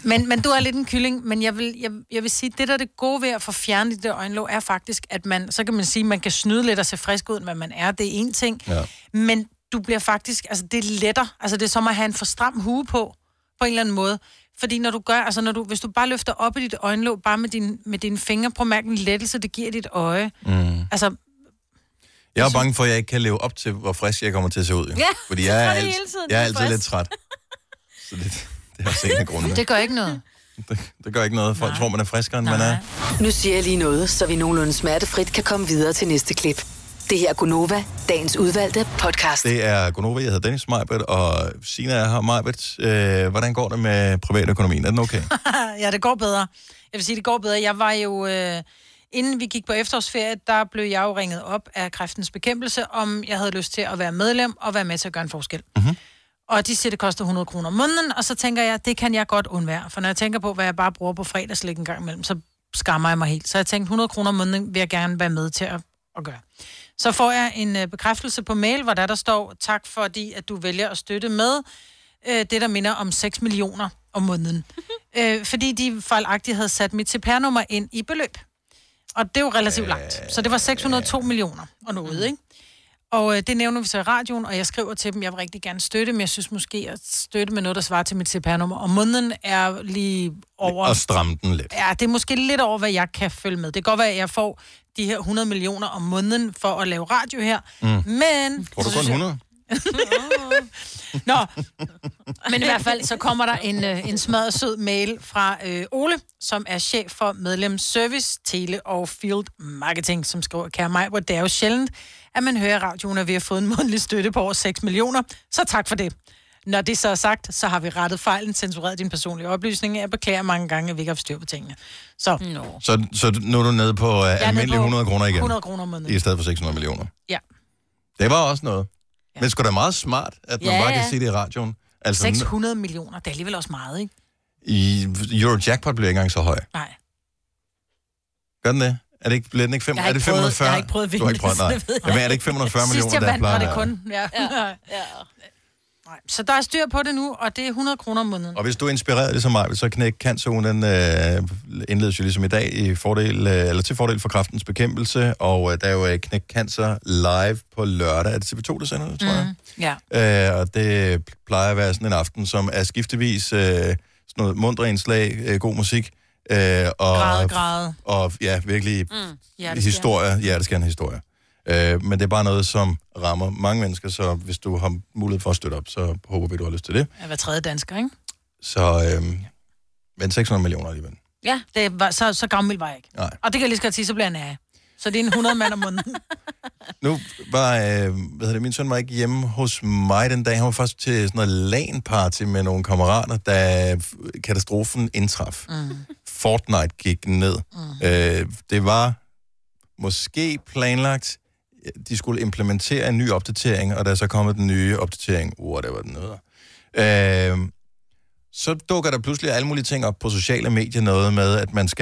Men du er lidt en kylling, men jeg vil sige, det der er det gode ved at få fjernet det der øjenlåg, er faktisk, at så kan man sige, at man kan snyde lidt og se frisk ud, end hvad man er. Det er en ting. Ja. Men du bliver faktisk, altså det letter. Altså det er som at have en for stram hue på en eller anden måde. Fordi når du gør, altså hvis du bare løfter op i dit øjenlåg, bare med dine fingre, prøv at mærke en lettelse, det giver dit øje. Altså... Jeg er bange for, at jeg ikke kan leve op til, hvor frisk jeg kommer til at se ud. Ja, fordi jeg er altid lidt træt. Så det er også en af grundene. Det gør ikke noget. Det gør ikke noget. Folk tror, man er friskere, end man er. Nu siger jeg lige noget, så vi nogenlunde smertefrit kan komme videre til næste klip. Det her er Gunova, dagens udvalgte podcast. Det er Gunova, jeg hedder Dennis Majbert, og Signe er her. Majbert, hvordan går det med privatøkonomien? Er den okay? Ja, det går bedre. Jeg vil sige, det går bedre. Jeg var jo... Inden vi gik på efterårsferie, der blev jeg jo ringet op af Kræftens Bekæmpelse, om jeg havde lyst til at være medlem og være med til at gøre en forskel. Mm-hmm. Og de siger, det koster 100 kroner om måneden, og så tænker jeg, det kan jeg godt undvære. For når jeg tænker på, hvad jeg bare bruger på fredagslæg en gang imellem, så skammer jeg mig helt. Så jeg tænkte, 100 kroner om måneden vil jeg gerne være med til at gøre. Så får jeg en bekræftelse på mail, hvor der står, tak fordi, at du vælger at støtte med det, der minder om 6 millioner om måneden. Fordi de fejlagtigt havde sat mit CPR-nummer ind i beløb. Og det er jo relativt langt. Så det var 602 millioner og noget, ikke? Og det nævner vi så i radioen, og jeg skriver til dem, jeg vil rigtig gerne støtte, men jeg synes måske, at støtte med noget, der svarer til mit CPR-nummer. Og måneden er lige over... Og stramme den lidt. Ja, det er måske lidt over, hvad jeg kan følge med. Det kan godt være, at jeg får de her 100 millioner om måneden for at lave radio her. Men... Tror du kun 100? Nå, men i hvert fald så kommer der en smadret sød mail fra Ole, som er chef for medlemsservice, tele og field marketing, som skriver, kære mig, hvor det er jo sjældent, at man hører radioen, at vi har fået en månedlig støtte på over 6 millioner, så tak for det. Når det så er sagt, så har vi rettet fejlen, censureret din personlige oplysning. Jeg beklager mange gange, at vi ikke har styr på tingene. Så nu er du nede på almindelige 100 kroner igen? 100 kroner om måneden. I stedet for 600 millioner? Ja. Det var også noget. Ja. Men sgu da meget smart, at man bare kan sige det i radioen. Altså, 600 millioner, det er alligevel også meget, ikke? I Eurojackpot bliver ikke engang så høj. Nej. Gør den det? Bliver den ikke 5? Er det 540? Jeg har ikke prøvet at vinde. Du har ikke prøvet, nej. Jamen, er det ikke 540 millioner, der plejer? Sidst jeg vandt, var det kun. Ja. Nej. Så der er styr på det nu, og det er 100 kroner om måneden. Og hvis du er inspireret ligesom mig, så Knæk Cancer-ugen, den indledes jo ligesom i dag til fordel for Kræftens Bekæmpelse, og der er jo Knæk Cancer live på lørdag. Er det TV2, der sender det, tror jeg? Ja. Og det plejer at være sådan en aften, som er skiftevis sådan noget mundre indslag, god musik, Græde. Og ja, virkelig hjerteskærende historier. Men det er bare noget, som rammer mange mennesker, så hvis du har mulighed for at støtte op, så håber vi, du har lyst til det. Jeg var tredje dansker, ikke? Så, men 600 millioner alligevel. Ja, det var, så gammel var jeg ikke. Nej. Og det kan jeg lige så godt sige, så bliver jeg nære. Så det er en 100 mand om måneden. Nu var, min søn var ikke hjemme hos mig den dag. Han var først til sådan noget LAN-party med nogle kammerater, da katastrofen indtraf. Fortnite gik ned. Det var måske planlagt, de skulle implementere en ny opdatering, og der er så kommet den nye opdatering, whatever den hedder. Så dukker der pludselig alle mulige ting op på sociale medier, noget med, at man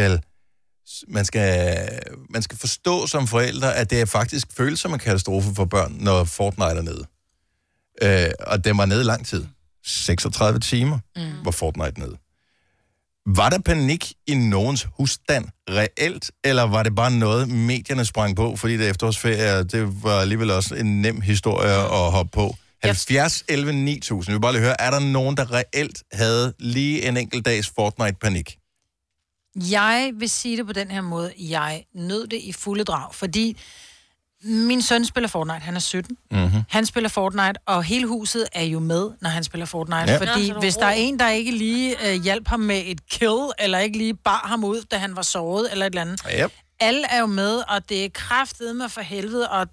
skal forstå som forældre, at det er faktisk føles som en katastrofe for børn, når Fortnite er nede. Og den var nede lang tid. 36 timer var Fortnite nede. Var der panik i nogens husstand reelt, eller var det bare noget, medierne sprang på, fordi det efterårsferie, det var alligevel også en nem historie at hoppe på? 70, 11, 9000. Vi vil bare lige høre, er der nogen, der reelt havde lige en enkelt dags Fortnite-panik? Jeg vil sige det på den her måde. Jeg nød det i fulde drag, fordi min søn spiller Fortnite. Han er 17. Han spiller Fortnite, og hele huset er jo med, når han spiller Fortnite. Ja. Fordi hvis der er en, der ikke lige hjalp ham med et kill, eller ikke lige bar ham ud, da han var såret, eller et eller andet. Yep. Alle er jo med, og det er kraftedeme for helvede, og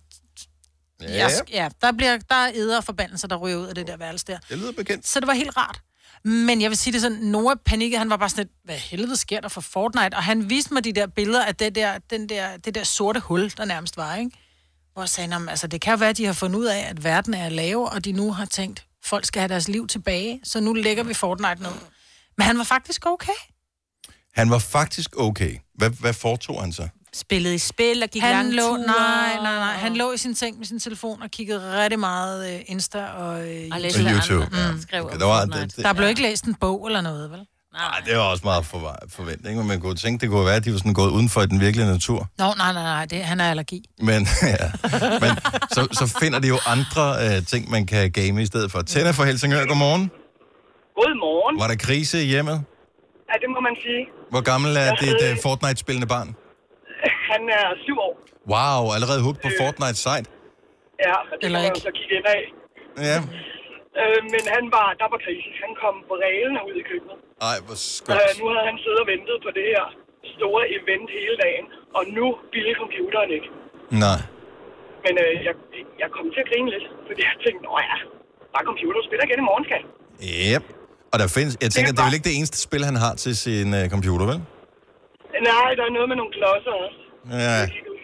der er eder og forbandelser, der ryger ud af det der værelse der. Det lyder bekendt. Så det var helt rart. Men jeg vil sige det sådan, Noah panikkede, han var bare sådan lidt, hvad helvede sker der for Fortnite? Og han viste mig de der billeder af det der sorte hul, der nærmest var, ikke? Hvor jeg sagde, altså det kan jo være, at de har fundet ud af, at verden er lave, og de nu har tænkt, folk skal have deres liv tilbage, så nu lægger vi Fortnite ned. Men han var faktisk okay. Han var faktisk okay. Hvad foretog han så? Spillede i spil og gik langt ture. Nej. Han lå i sin seng med sin telefon og kiggede rigtig meget Insta og YouTube. Skrev okay, der blev ikke læst en bog eller noget, vel? Nej, det var også meget forventning, men man kunne tænke, det kunne være, at de var sådan gået uden for den virkelige natur. Nej, han er allergi. Men, men så finder de jo andre ting, man kan game i stedet for. Tænder fra Helsingør, godmorgen. Godmorgen. Var der krise i hjemmet? Ja, det må man sige. Hvor gammel er dit Fortnite-spillende barn? Han er 7 år. Wow, allerede hooked på Fortnite-site? Ja, og det kan man så kigge ind af. Ja. Men der var krise. Han kom på reglerne ud i køkkenet. Ej, hvor skønt. Nu havde han siddet og ventet på det her store event hele dagen, og nu ville computeren ikke. Nej. Men jeg kom til at grine lidt, fordi jeg tænkte, bare computer spiller igen i morgen, skal. Yep. Og der findes, jeg tænker, det er vel ikke det eneste spil, han har til sin computer, vel? Nej, der er noget med nogle klodser også. Ja.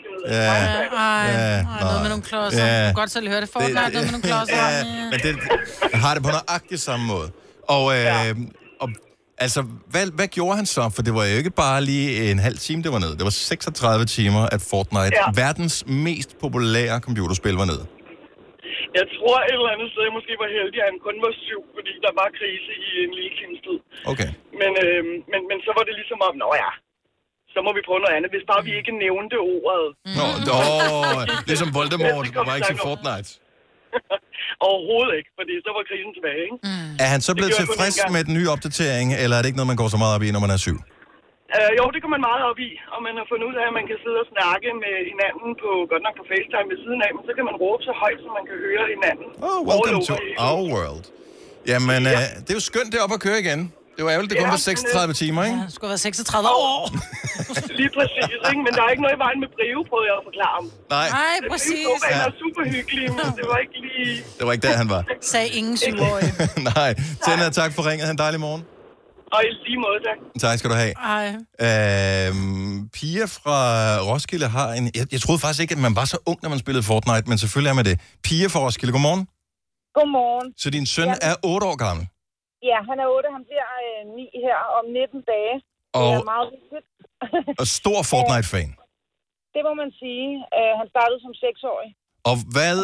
Noget med nogle klodser. Du kan godt selv høre det. Fortnite, noget med nogle klodser. Men det har det på nøjagtig samme måde. Og altså, hvad gjorde han så? For det var jo ikke bare lige en halv time, det var nede. Det var 36 timer, at Fortnite, verdens mest populære computerspil, var nede. Jeg tror et eller andet sted, jeg måske var heldig, at han kun var 7, fordi der var krise i en lille times tid. Okay. Men så var det ligesom om, så må vi prøve noget andet, hvis bare vi ikke nævnte ordet. Ligesom Voldemort, der var ikke til Fortnite. Overhovedet ikke, fordi så var krisen tilbage, ikke? Er han så blevet tilfreds med den nye opdatering, eller er det ikke noget, man går så meget op i, når man er 7? Jo, det går man meget op i, og man har fundet ud af, at man kan sidde og snakke med hinanden godt nok på FaceTime ved siden af, men så kan man råbe så højt, så man kan høre hinanden. Welcome to our world. Jamen, det er jo skønt deroppe at køre igen. Det var ærgerligt, det kun var 36 timer, ikke? Ja, det skulle være 36 år. Lige præcis, ikke? Men der er ikke noget i vejen med breve, prøvede jeg at forklare ham. Nej, præcis. Det var super hyggeligt, men det var ikke lige... Det var ikke der, han var. Sagde ingen 7-årige. Nej. Tænder, tak for ringet. Han en dejlig morgen. Og i lige måde, tak. Tak skal du have. Hej. Pia fra Roskilde har en... Jeg troede faktisk ikke, at man var så ung, når man spillede Fortnite, men selvfølgelig er man det. Pia fra Roskilde, godmorgen. Godmorgen. Så din søn er 8 år gammel? Ja, han er 8. Han bliver 9 her om 19 dage. Og, det er meget vigtigt. Og stor Fortnite-fan? Det må man sige. Han startede som 6-årig. Og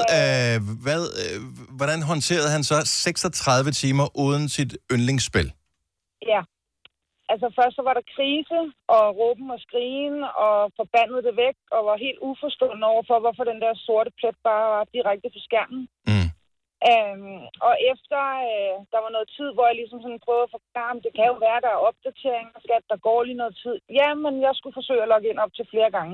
hvordan håndterede han så 36 timer uden sit yndlingsspil? Ja. Altså først så var der krise, og råben og skrigen, og forbandede det væk, og var helt uforstående overfor, hvorfor den der sorte plet bare var direkte på skærmen. Og efter der var noget tid, hvor jeg ligesom sådan prøvede at forklare, det kan jo være, der er opdateringer, skat, der går lige noget tid. Ja, men jeg skulle forsøge at logge ind op til flere gange.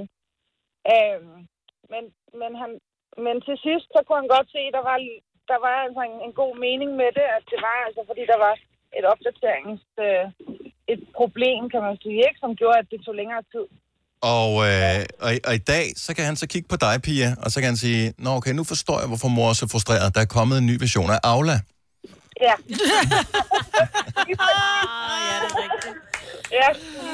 Men til sidst, så kunne han godt se, der var altså en god mening med det, at det var altså, fordi der var et et problem, kan man sige, ikke, som gjorde, at det tog længere tid. Og i dag, så kan han så kigge på dig, Pia, og så kan han sige, nå okay, nu forstår jeg, hvorfor mor er så frustreret. Der er kommet en ny version af Aula. Ja. Ja, det er rigtigt. Ja.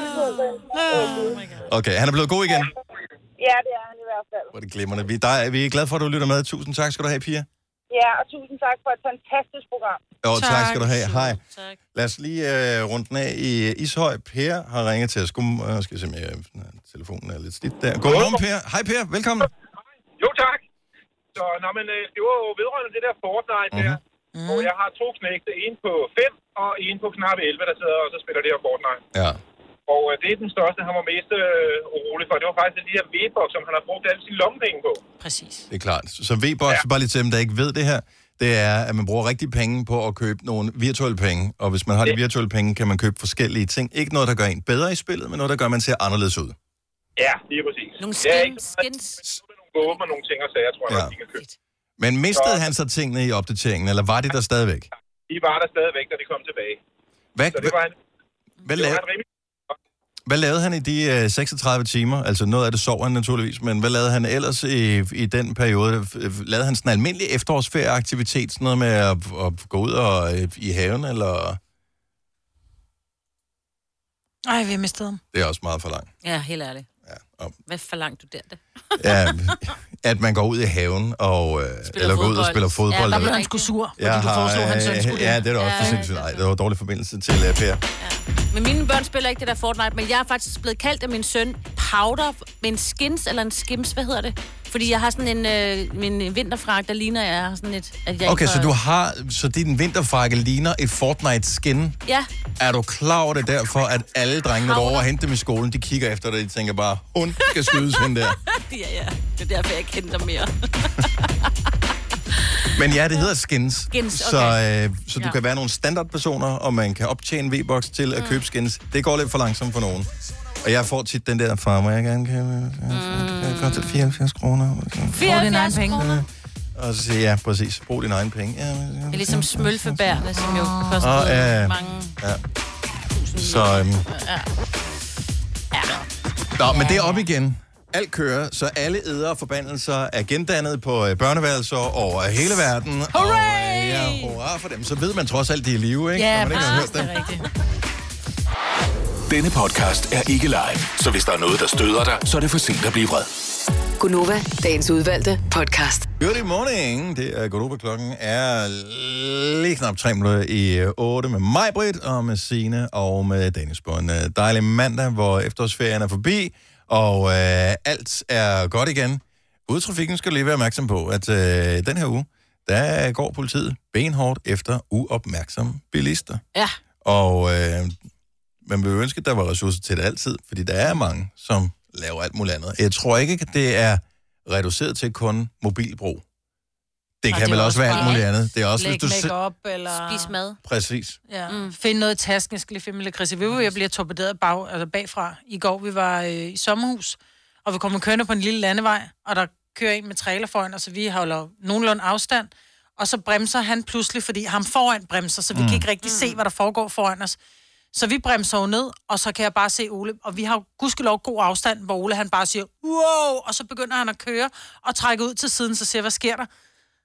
Okay, han er blevet god igen? Ja, det er han i hvert fald. Hvor er det glimrende. Vi er glade for, at du lytter med. Tusind tak skal du have, Pia. Ja, og tusind tak for et fantastisk program. Tak skal du have. Hej. Tak. Lad os lige runde den af i Ishøj. Per har ringet til os. Skal vi se, om telefonen er lidt slidt der. Godmorgen, Per. Hej, Per. Velkommen. Jo, tak. Så, det var jo vedrørende det der Fortnite der. Og jeg har 2 knægte. En på 5 og en på knap 11, der sidder og så spiller det her Fortnite. Ja. Og det er den største, han var mest urolig for. Det var faktisk de her V-Box, som han har brugt alle sine lommepenge på. Præcis. Det er klart. Så V-Box, bare lige til dem, der ikke ved det her, det er, at man bruger rigtig penge på at købe nogle virtuelle penge. Og hvis man har de virtuelle penge, kan man købe forskellige ting. Ikke noget, der gør en bedre i spillet, men noget, der gør, at man ser anderledes ud. Ja, det er præcis. Nogle skins. Nogle våben og nogle ting og sager, tror jeg, de kan købe. Men mistede han så tingene i opdateringen, eller var de der stadigvæk? De var der stadigvæk, da de kom tilbage. Hvad lavede han i de 36 timer? Altså noget af det sov han naturligvis, men hvad lavede han ellers i den periode? Lavede han sådan en almindelig efterårsferieaktivitet, sådan noget med at gå ud i haven, eller? Ej, vi har mistet ham. Det er også meget for langt. Ja, helt ærligt. Ja, hvad forlangt du der? Ja, at man går ud i haven eller går ud og spiller fodbold. Ja, der blev han sgu sur, fordi du foreslog, han selv skulle det. Ja, det er da også for sindssygt. Nej, det var dårlig forbindelse til Per. Ja. Men mine børn spiller ikke det der Fortnite, men jeg er faktisk blevet kaldt af min søn powder med en skins eller en skims, hvad hedder det? Fordi jeg har sådan min vinterfrak, der ligner jeg har sådan et... At jeg okay, så din vinterfrakke ligner et Fortnite-skin? Ja. Er du klar over det derfor, at alle drengene, der over og henter dem i skolen, de kigger efter dig, og de tænker bare, hun skal skydes hende der? Ja. Det er derfor, jeg ikke kender dem mere. Men ja, det hedder skins. Skins, okay. Så du kan være nogle standardpersoner, og man kan optjene V-Box til at købe skins. Det går lidt for langsomt for nogen. Og jeg får tit den der fra, må jeg gerne købe? Det koster 74 kroner. 74 kroner? Og så siger jeg, ja, præcis, brug dine egne penge. Ja, det er ligesom smølfebærne, som jo koster mange... Ja. Så... Nå, men det er op igen. Alt kører, så alle æder og forbandelser er gendannet på børneværelser over hele verden. Hurray! Og hurra for dem. Så ved man trods alt, de er i live, ikke? Ja, man ikke har hørt det er rigtigt. Denne podcast er ikke live, så hvis der er noget, der støder dig, så er det for sent at blive vred. Gunova, dagens udvalgte podcast. Good morning. Det er Gunova. Klokken er lige knap 3 minutter i 8 med mig, Britt, og med Signe og med Dennis på en dejlig mandag, hvor efterårsferien er forbi. Og alt er godt igen. Udetrafikken skal lige være opmærksom på, at den her uge, der går politiet benhårdt efter uopmærksomme bilister. Ja. Og man vil ønske, at der var ressourcer til det altid, fordi der er mange, som laver alt muligt andet. Jeg tror ikke, at det er reduceret til kun mobilbrug. Det kan vel også være alt muligt andet. Det er også, læg hvis du make-up eller... Spis mad. Præcis. Ja. Find noget i tasken. Jeg skal lige finde lidt Chrissy. Jeg bliver torpederet bagfra. I går, vi var i sommerhus, og vi kommer kørende på en lille landevej, og der kører en med trailer foran, og så vi holder nogenlunde afstand, og så bremser han pludselig, fordi ham foran bremser, så vi kan ikke rigtig se, hvad der foregår foran os. Så vi bremser jo ned, og så kan jeg bare se Ole, og vi har jo gudskelov god afstand, hvor Ole han bare siger, wow, og så begynder han at køre, og trække ud til siden, så siger, hvad sker der?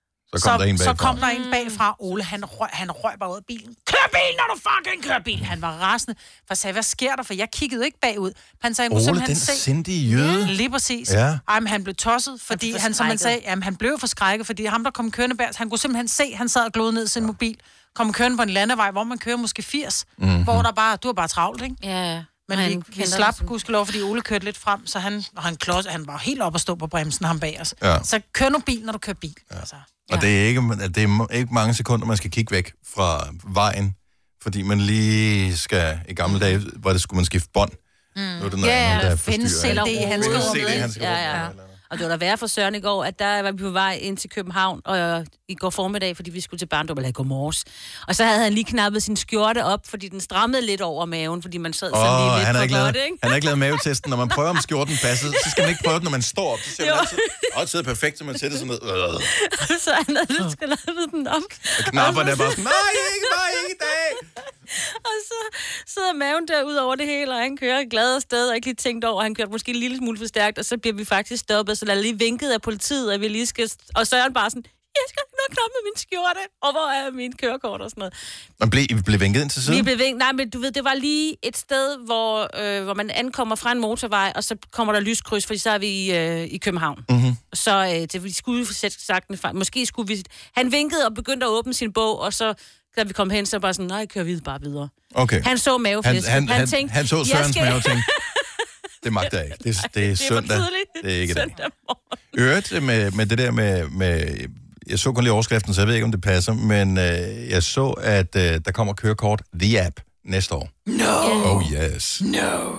Så kom der en bagfra. Ole, han røg bare ud af bilen. Kør bil, når du fucking kører bil! Han var rasende. For jeg sagde, hvad sker der? For jeg kiggede ikke bagud. Han sagde, Ole, den sindige jøde. Lige præcis. Ja. Ej, men han blev tosset, fordi han, som man sagde, jamen, han blev forskrækket, fordi ham, der kom kørende bag, han kunne simpelthen se, han sad og glodede ned i sin mobil. Kom kørende på en landevej, hvor man kører måske 80. Hvor der bare, du er bare travlt, ikke? Ja. Men vi slap, gudskelov, fordi Ole kørte lidt frem, så han var helt op at stå på bremsen, ham bag os. Ja. Så kør nu bil, når du kører bil. Ja. Altså. Ja. Og det er ikke mange sekunder, man skal kigge væk fra vejen, fordi man lige skal, i gamle dage, hvor det skulle man skifte bånd. Nu er det noget andet, der forstyrrer. CD i hans Og det var da værre for Søren i går, at der var vi på vej ind til København, og i går formiddag, fordi vi skulle til barndom, eller i går morges. Og så havde han lige knappet sin skjorte op, fordi den strammede lidt over maven, fordi man sad sådan lige lidt for godt, ikke? Han har ikke lavet mavetesten. Når man prøver, om skjorten passer, så skal man ikke prøve det, når man står op. Så ser man altid, det sidder perfekt, så man sætter sådan noget. Så han havde lidt skalavet den op. Og knapperne er bare sådan, nej, ikke i dag! Og så sidder maven der ud over det hele, og han kører glad afsted, og ikke lige tænkt over, han kørte måske en lille smule for stærkt, og så bliver vi faktisk stoppet, så der er lige vinket af politiet, at vi lige skal... Og så er han bare sådan, jeg skal nok knappe med min skjorte, og hvor er min kørekort og sådan noget. Man blev vinket ind til siden? Vi blev vinket, nej, men du ved, det var lige et sted, hvor man ankommer fra en motorvej, og så kommer der lyskryds, fordi så er vi i København. Mm-hmm. Så vi skulle sagt, måske skulle vi... Han vinkede og begyndte at åbne sin bog, og så... Da vi kom hen, så bare sådan, nej, kører vi bare videre. Okay. Han så maveflæsk. Han så Sørens mave og tænkte, det magter jeg ikke. Det er søndag. Det er ikke det. Øvrigt med det der med... Jeg så kun lige overskriften, så jeg ved ikke, om det passer, men jeg så, at der kommer kørekort The App næste år. No! Oh yes. No!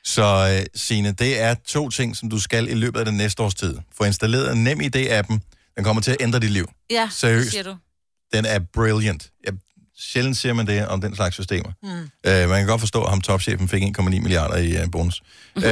Så Signe, det er 2 ting, som du skal i løbet af den næste års tid. Få installeret NemID-appen. Den kommer til at ændre dit liv. Ja, seriøst. siger du. Den er brilliant. Sjældent siger man det om den slags systemer. Man kan godt forstå, at ham topchefen fik 1,9 milliarder i bonus.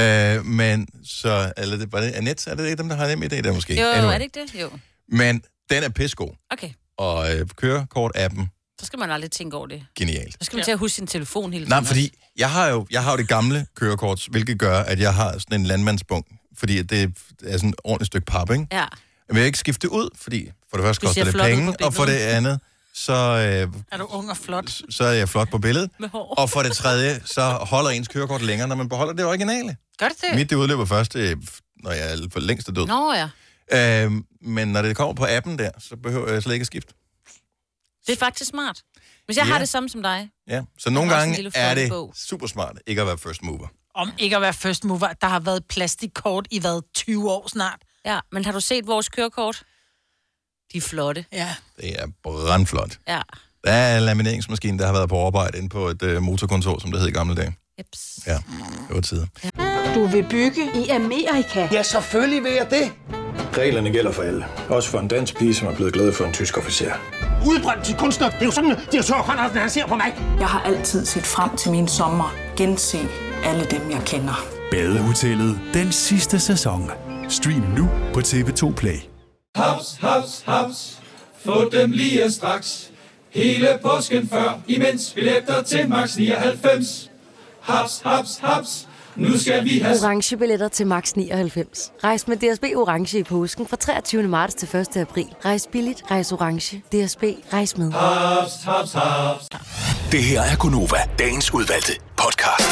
Men så... Var det Annette? Er det ikke dem, der har NemID der måske? Jo, anyway. Er det ikke det? Jo. Men den er pissegod. Okay. Og kørekort-appen... Så skal man aldrig tænke over det. Genialt. Så skal man til at huske sin telefon hele tiden. Nej, fordi jeg har jo det gamle kørekort, hvilket gør, at jeg har sådan en landmandsbunke. Fordi det er sådan et ordentligt stykke pap, ikke? Ja. Jeg vil ikke skifte det ud, fordi for det første koster det penge, og for det andet, så... er du ung og flot? Så er jeg flot på billedet. Med hår. Og for det tredje, så holder ens kørekort længere, når man beholder det originale. Gør det det? Mit det udløber først, når jeg er for længst død. Nå ja. Men når det kommer på appen der, så behøver jeg slet ikke at skifte. Det er faktisk smart. Hvis jeg har det samme som dig. Ja, så nogle gange er det super smart ikke at være first mover. Om ikke at være first mover. Der har været plastikkort i 20 år snart. Ja, men har du set vores kørekort? De er flotte. Ja. Det er brandflot. Ja. Der er en lamineringsmaskine, der har været på arbejde inde på et motorkontor, som det hed i gamle dage. Jeps. Ja, det var tid. Du vil bygge i Amerika? Ja, selvfølgelig vil jeg det. Reglerne gælder for alle. Også for en dansk pige, som er blevet glad for en tysk officer. Udbrændt til kunstner. Det er jo sådan, at direktør Conradsen, han ser på mig. Jeg har altid set frem til min sommer. Gense alle dem, jeg kender. Badehotellet den sidste sæson. Stream nu på TV2 Play. Haps, haps, haps. Få dem lige straks. Hele påsken før, imens billetter til max 99. Haps, haps, haps. Nu skal vi have orange billetter til max 99. Rejs med DSB orange i påsken fra 23. marts til 1. april. Rejs billigt, rejs orange. DSB, rejs med. Haps, haps, haps. Det her er Gunova, dagens udvalgte podcast.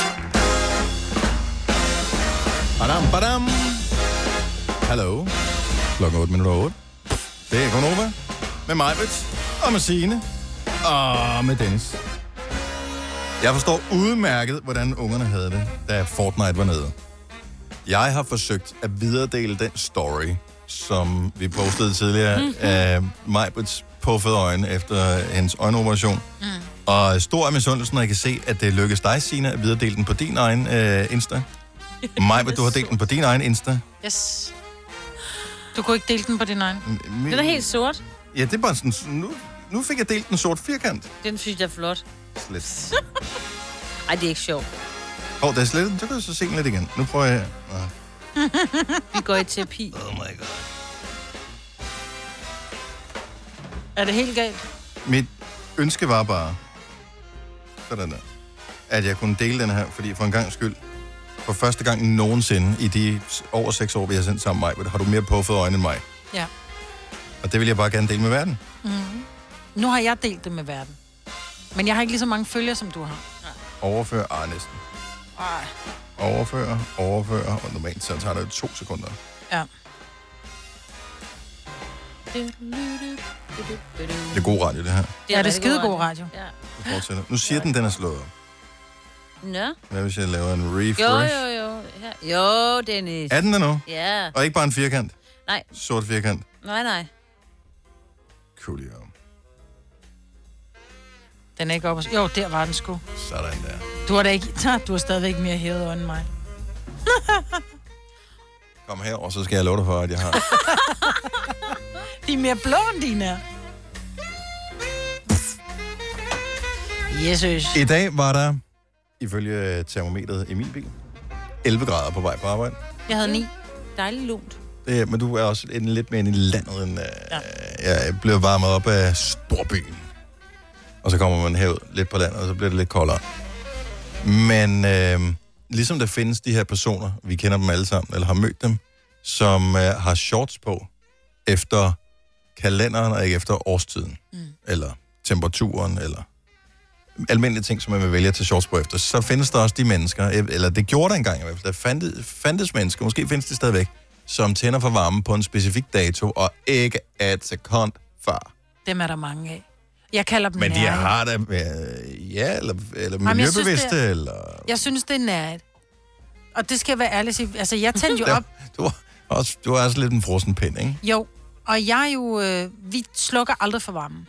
Badam, badam. Hallo. Klokken 8:08. Det er Gunova med Majbrit og med Signe og med Dennis. Jeg forstår udmærket, hvordan ungerne havde det, da Fortnite var nede. Jeg har forsøgt at videredele den story, som vi postede tidligere af Majbrits påfødte øjne efter hendes øjenoperation. Og stor af misundelsen, når jeg kan se, at det lykkedes dig, Signe, at videredele den på din egen Insta. Majbrit, du har delt den på din egen Insta. Yes. Du kunne ikke dele den på din egen. Den er helt sort. Ja, det er bare sådan... Nu fik jeg delt den sort firkant. Den synes jeg er flot. Slet. Ej, det er ikke sjovt. Det er slet. Så kan du så se den lidt igen. Nu prøver jeg... Vi går i terapi. Oh my god. Er det helt galt? Mit ønske var bare... Sådan der. At jeg kunne dele den her, fordi for en gang skyld... For første gang nogensinde i de over 6 år, vi har sendt sammen med mig, har du mere påfødte øjne end mig. Ja. Og det vil jeg bare gerne dele med verden. Nu har jeg delt det med verden. Men jeg har ikke lige så mange følgere, som du har. Overfør, næsten. Overfør, og normalt så tager det 2 sekunder. Ja. Det er god radio, det her. Ja, det er skide god radio. Ja. Nu siger den er slået op. Nå. Hvad hvis jeg laver en refresh? Jo, Dennis. Er den der nu? Ja. Og ikke bare en firkant? Nej. Sort firkant? Nej. Coolio. Den er ikke oppe. Jo, der var den sgu. Sådan der. Du har stadigvæk mere hævet øjne end mig. Kom her, og så skal jeg love dig for, at jeg har... De er mere blå, end dine er. Jesus. I dag var der, ifølge termometret i min bil, 11 grader på vej på arbejde. Jeg havde 9. Dejligt lunt. Men du er også lidt mere inde i landet, end jeg blev varmet op af storbyen. Og så kommer man herud lidt på landet, og så bliver det lidt koldere. Men ligesom der findes de her personer, vi kender dem alle sammen, eller har mødt dem, som har shorts på efter kalenderen og ikke efter årstiden. Eller temperaturen, eller almindelige ting, som man vil vælge at tage shorts på efter. Så findes der også de mennesker, eller det gjorde der engang i hvert fald, der fandtes mennesker, måske findes det stadigvæk, som tænder for varme på en specifik dato, og ikke et sekund før. Dem er der mange af. Jeg kalder dem men de nærhed. har da, eller miljøbevidste, eller... Jeg synes, det er nærhed. Og det skal jeg være ærlig at sige. Altså, jeg tændte jo op... Du er også lidt en frossen pind, ikke? Jo, og jeg er jo... vi slukker aldrig for varmen.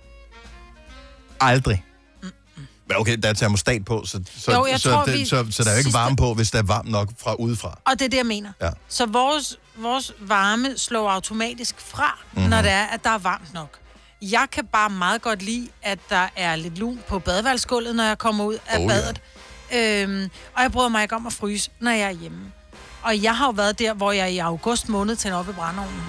Aldrig. Men okay, der er termostat på, så der er jo ikke varme på, hvis der er varmt nok fra udefra. Og det er det, jeg mener. Ja. Så vores varme slår automatisk fra, når det er, at der er varmt nok. Jeg kan bare meget godt lide, at der er lidt lun på badeværelsesgulvet, når jeg kommer ud af badet. Og jeg bryder mig ikke om at fryse, når jeg er hjemme. Og jeg har jo været der, hvor jeg i august måned tænder op i brændeovnen.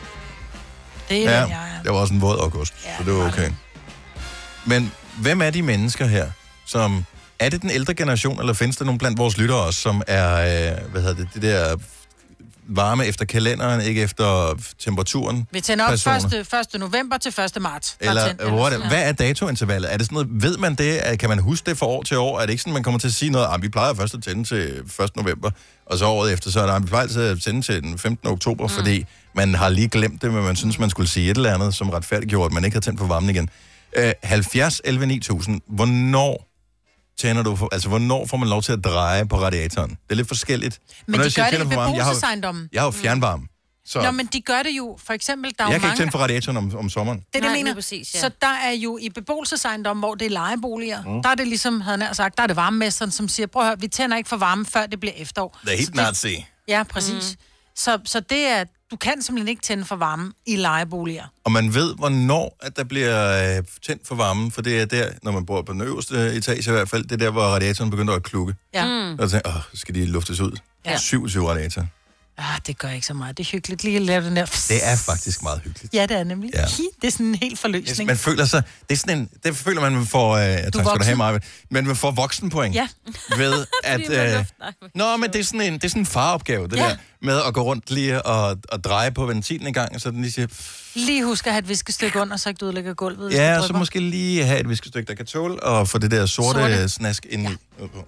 Det er jeg. Det var også en våd august, så det var okay. Men hvem er de mennesker her, som... Er det den ældre generation, eller findes der nogen blandt vores lyttere også, som er, det der varme efter kalenderen, ikke efter temperaturen? Vi tænder op 1. november til 1. marts. Eller hvad er datointervallet? Er det sådan noget, ved man det? Kan man huske det fra år til år? Er det ikke sådan, man kommer til at sige noget, vi plejer først at tænde til 1. november, og så året efter, så er vi plejer til at tænde til den 15. oktober, fordi man har lige glemt det, men man synes, man skulle sige et eller andet, som retfærdiggjorde, at man ikke har tændt for varmen igen. 70 11 9000. Hvornår tænder du for... Altså, hvornår får man lov til at dreje på radiatoren? Det er lidt forskelligt. Men de gør det i beboelsesejendommen. Jeg har jo fjernvarme. Så... Nå, men de gør det jo, for eksempel... Der jeg kan ikke tænde for radiatoren om sommeren. Det mener præcis, ja. Så der er jo i beboelsesejendommen, hvor det er lejeboliger, der er det ligesom, havde jeg sagt, der er det varmemesteren, som siger, prøv at høre, vi tænder ikke for varme, før det bliver efterår. Det er helt nazi. Ja, præcis. Så det er... Du kan simpelthen ikke tænde for varme i lejeboliger. Og man ved, hvornår at der bliver tændt for varmen, for det er der, når man bor på den øverste etage i hvert fald, det er der, hvor radiatoren begynder at klukke. Ja. Og så tænker skal de luftes ud? Ja. 27 radiatorer. Det gør ikke så meget. Det er hyggeligt lige at lave den der... Det er faktisk meget hyggeligt. Ja, det er nemlig. Ja. Det er sådan en helt forløsning. Yes, man føler sig... Det er sådan en... Det føler man får... tak skal du have, Maja. Men man får voksenpoint. Ja. Ved at... Nå, men det er sådan en faropgave, det der. Med at gå rundt lige og dreje på ventilen en gang, og så den lige siger... Lige husk at have et viskestykke under, så ikke du udlægger gulvet. Ja, og så måske lige have et viskestykke, der kan tåle, og få det der sorte snask ind i.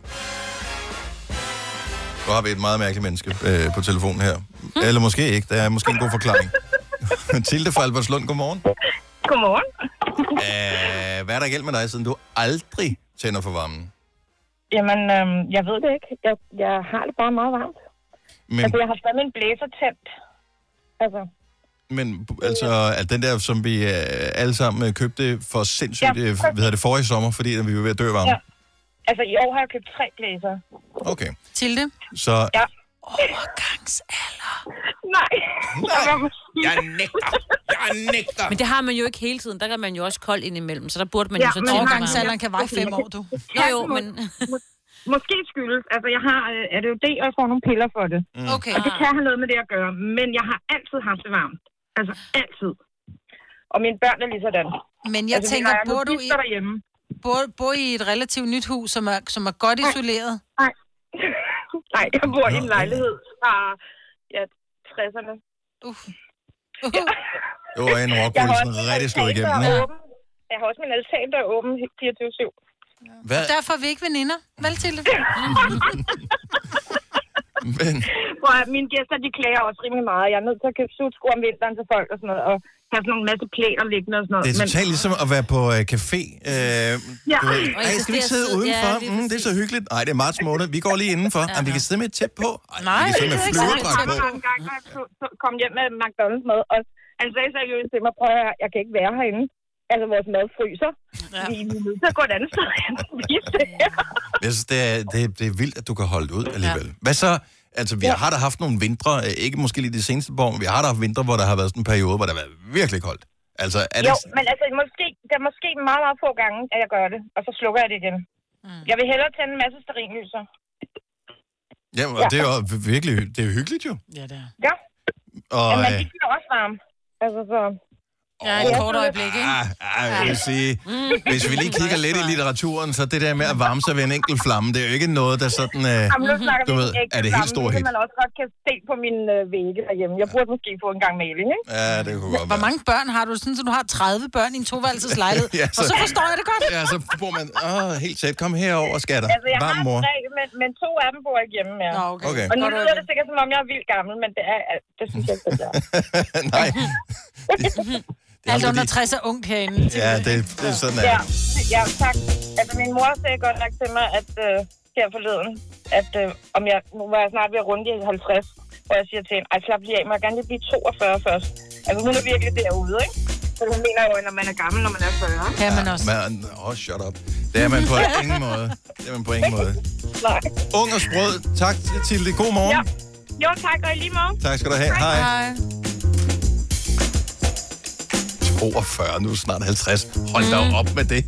Nu har vi et meget mærkeligt menneske på telefonen her. Eller måske ikke. Der er måske en god forklaring. Tilde fra Albertslund, godmorgen. Godmorgen. Hvad er der galt med dig, siden du aldrig tænder for varmen? Jamen, jeg ved det ikke. Jeg har det bare meget varmt. Men... Altså, jeg har stadig min blæser tændt. Altså, at den der, som vi alle sammen købte for sindssygt, det forrige sommer, fordi vi var ved at dø varme. Ja. Altså, i år har jeg købt 3 blæser. Okay. Tilde? Så... Ja. Overgangsalder. Nej. Jeg nægter. Men det har man jo ikke hele tiden. Der er man jo også kold indimellem, så der burde man jo så tænke. Overgangsalderen kan veje 5 år, du. Jo, men... Måske skyldes. Altså, jeg har ADHD, og jeg får nogle piller for det. Okay. Og det kan have noget med det at gøre. Men jeg har altid haft det varmt. Altså, altid. Og mine børn er lige sådan. Men jeg tænker, bor I et relativt nyt hus, som er godt isoleret? Nej, jeg bor i en lejlighed fra 60'erne. Det var en rockbølsen rigtig slået igennem, ikke? Jeg har også min altan, der er åben 24/7. Og derfor er vi ikke veninder. Vel til det. Men... Mine gæster, de klager også rimelig meget. Jeg er nødt til at købe sutsko om vinteren til folk og sådan noget, og have sådan nogle masse plæner liggende og sådan noget. Det er totalt ligesom at være på café. Skal vi ikke sidde udenfor? Det er så hyggeligt. Nej, det er marts måned. Vi går lige indenfor. Vi kan sidde med et tæp på. Nej, vi kan sidde med flyverdragt på. En gang, når jeg kom hjem med McDonald's mad, og han sagde seriøst til mig, prøv at høre, jeg kan ikke være herinde. Altså, vores mad fryser. Vi er nødt til at gå et andet sted hen og spise det her. Jeg synes, det er vildt, at du kan holde det ud alligevel. Hvad så? Altså, vi har da haft nogle vintre, ikke måske lige de seneste år, men vi har da haft vintre, hvor der har været sådan en periode, hvor der har været virkelig koldt. Altså, er det... Jo, men altså, det er måske meget, meget få gange, at jeg gør det, og så slukker jeg det igen. Jeg vil hellere tænde en masse stearinlyser. Jamen, og det er jo virkelig det er hyggeligt jo. Ja, det er. Ja. Men de bliver også varme. Altså, så... Ja, et kort øjeblik, ikke? Jeg vil sige, hvis vi lige kigger lidt i litteraturen, så det der med at varme sig ved en enkelt flamme, det er jo ikke noget, der sådan, du ved, er det helt store hit. Det man også godt kan se på mine vægge derhjemme. Jeg burde måske få en gang maling, ikke? Ja, det kunne godt være. Hvor mange børn har du? Sådan, så du har 30 børn i en toværelses lejlighed. Ja, og så forstår jeg det godt. Ja, så bor man, helt tæt, kom herover, skatter. Altså, jeg har 3, men 2 af dem bor ikke hjemme mere. Okay. Og nu lyder det sikkert, som om jeg er vildt gammel, men det synes jeg ikke, det er. Nej. Alt under 60 er ungt herinde. Ja, det er sådan, Ja, tak. Altså, min mor sagde godt nok til mig, at her forleden, at om jeg, nu var jeg snart ved at runde i 50, og jeg siger til hende, slap lige af, må jeg gerne lige blive 42 først. Altså, hun er virkelig derude, ikke? Så hun mener jo, når man er gammel, når man er 40. Ja, man også. Shut up. Det er man på ingen måde. Nej. Ung og sprød. Tak til det. God morgen. Ja. Jo, tak, og i lige måde. Tak skal du have. Hej. 42, nu er snart 50. Hold da op med det.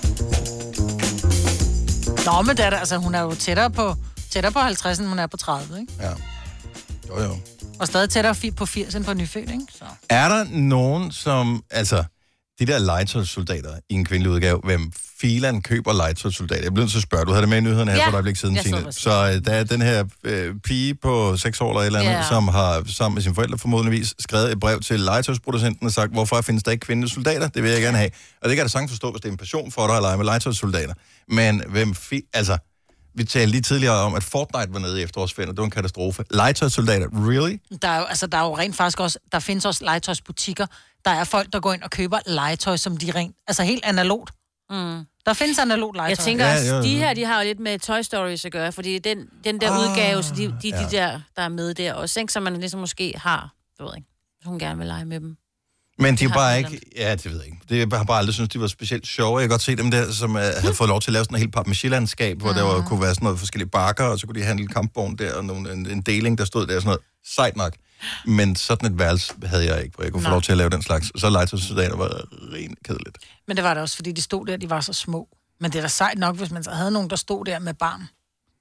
Nå, men det er, altså, hun er jo tættere på 50, end hun er på 30, ikke? Ja. Jo. Og stadig tættere på 80 end på nyfødt, ikke? Så. Er der nogen, som... Altså, de der legetøjssoldater i en kvindelig udgave, hvem filan køber legetøjssoldater? Jeg bliver nødt til at spørge. Du havde det med i nyhederne her for et øjeblik siden, Signe. Så der er den her pige på 6 år eller andet, som har sammen med sine forældre formodentligvis skrevet et brev til legetøjsproducenten og sagt, hvorfor findes der ikke kvindelige soldater? Det vil jeg gerne have. Og det kan jeg da sagtens forstå, hvis det er en passion for dig at lege med legetøjssoldater. Men altså, vi talte lige tidligere om, at Fortnite var nede i efterårsferien, og det var en katastrofe. Legetøjssoldater, really? Der er jo rent faktisk også, der findes også legetøjsbutikker. Der er folk, der går ind og køber legetøj, som de rent, altså helt analogt. Der Der findes analog legetøj. Jeg tænker også, de her, de har jo lidt med Toy Stories at gøre, fordi den der udgave, så de der er med der også, ikke? Så man ligesom måske har, jeg ved ikke, hun gerne vil lege med dem. Men de er bare ikke... Ja, det ved jeg ikke. Det har bare aldrig synes de var specielt sjove. Jeg kan godt se dem der, som havde fået lov til at lave sådan en helt papmaché-landskab, hvor der kunne være sådan noget forskellige bakker, og så kunne de have en lille kampvogn der, og en deling, der stod der, sådan noget. Sejt nok. Men sådan et værelse havde jeg ikke, hvor jeg kunne få lov til at lave den slags. Så legetøjssoldater var rent kedeligt. Men det var det også, fordi de stod der, de var så små. Men det er da sejt nok, hvis man så havde nogen, der stod der med barn.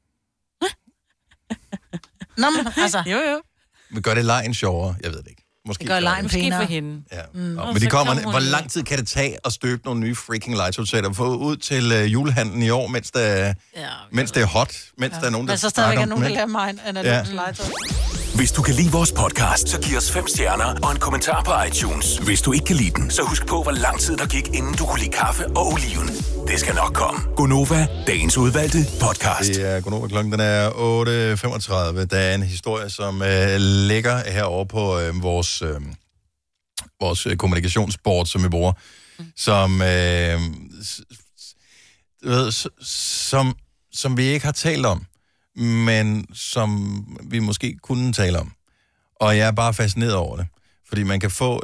Nå, men altså... Jo. Men gør det lejen sjovere? Jeg ved det ikke. Måske det gør lejen pænere. For hende. Ja. Men de kommer, hvor lang tid kan det tage at støbe nogle nye freaking legetøjsætter? Få ud til julehandlen i år, mens det er hot, mens der er nogen, der men så stadigvæk er nogen, der lader mig en analog legetøj. Hvis du kan lide vores podcast, så giv os 5 stjerner og en kommentar på iTunes. Hvis du ikke kan lide den, så husk på, hvor lang tid der gik, inden du kunne lide kaffe og oliven. Det skal nok komme. Gonova, dagens udvalgte podcast. Det er Gonova, klokken den er 8.35. Der er en historie, som ligger herovre på vores kommunikationsboard, som vi bruger, som vi ikke har talt om, men som vi måske kunne tale om. Og jeg er bare fascineret over det. Fordi man kan få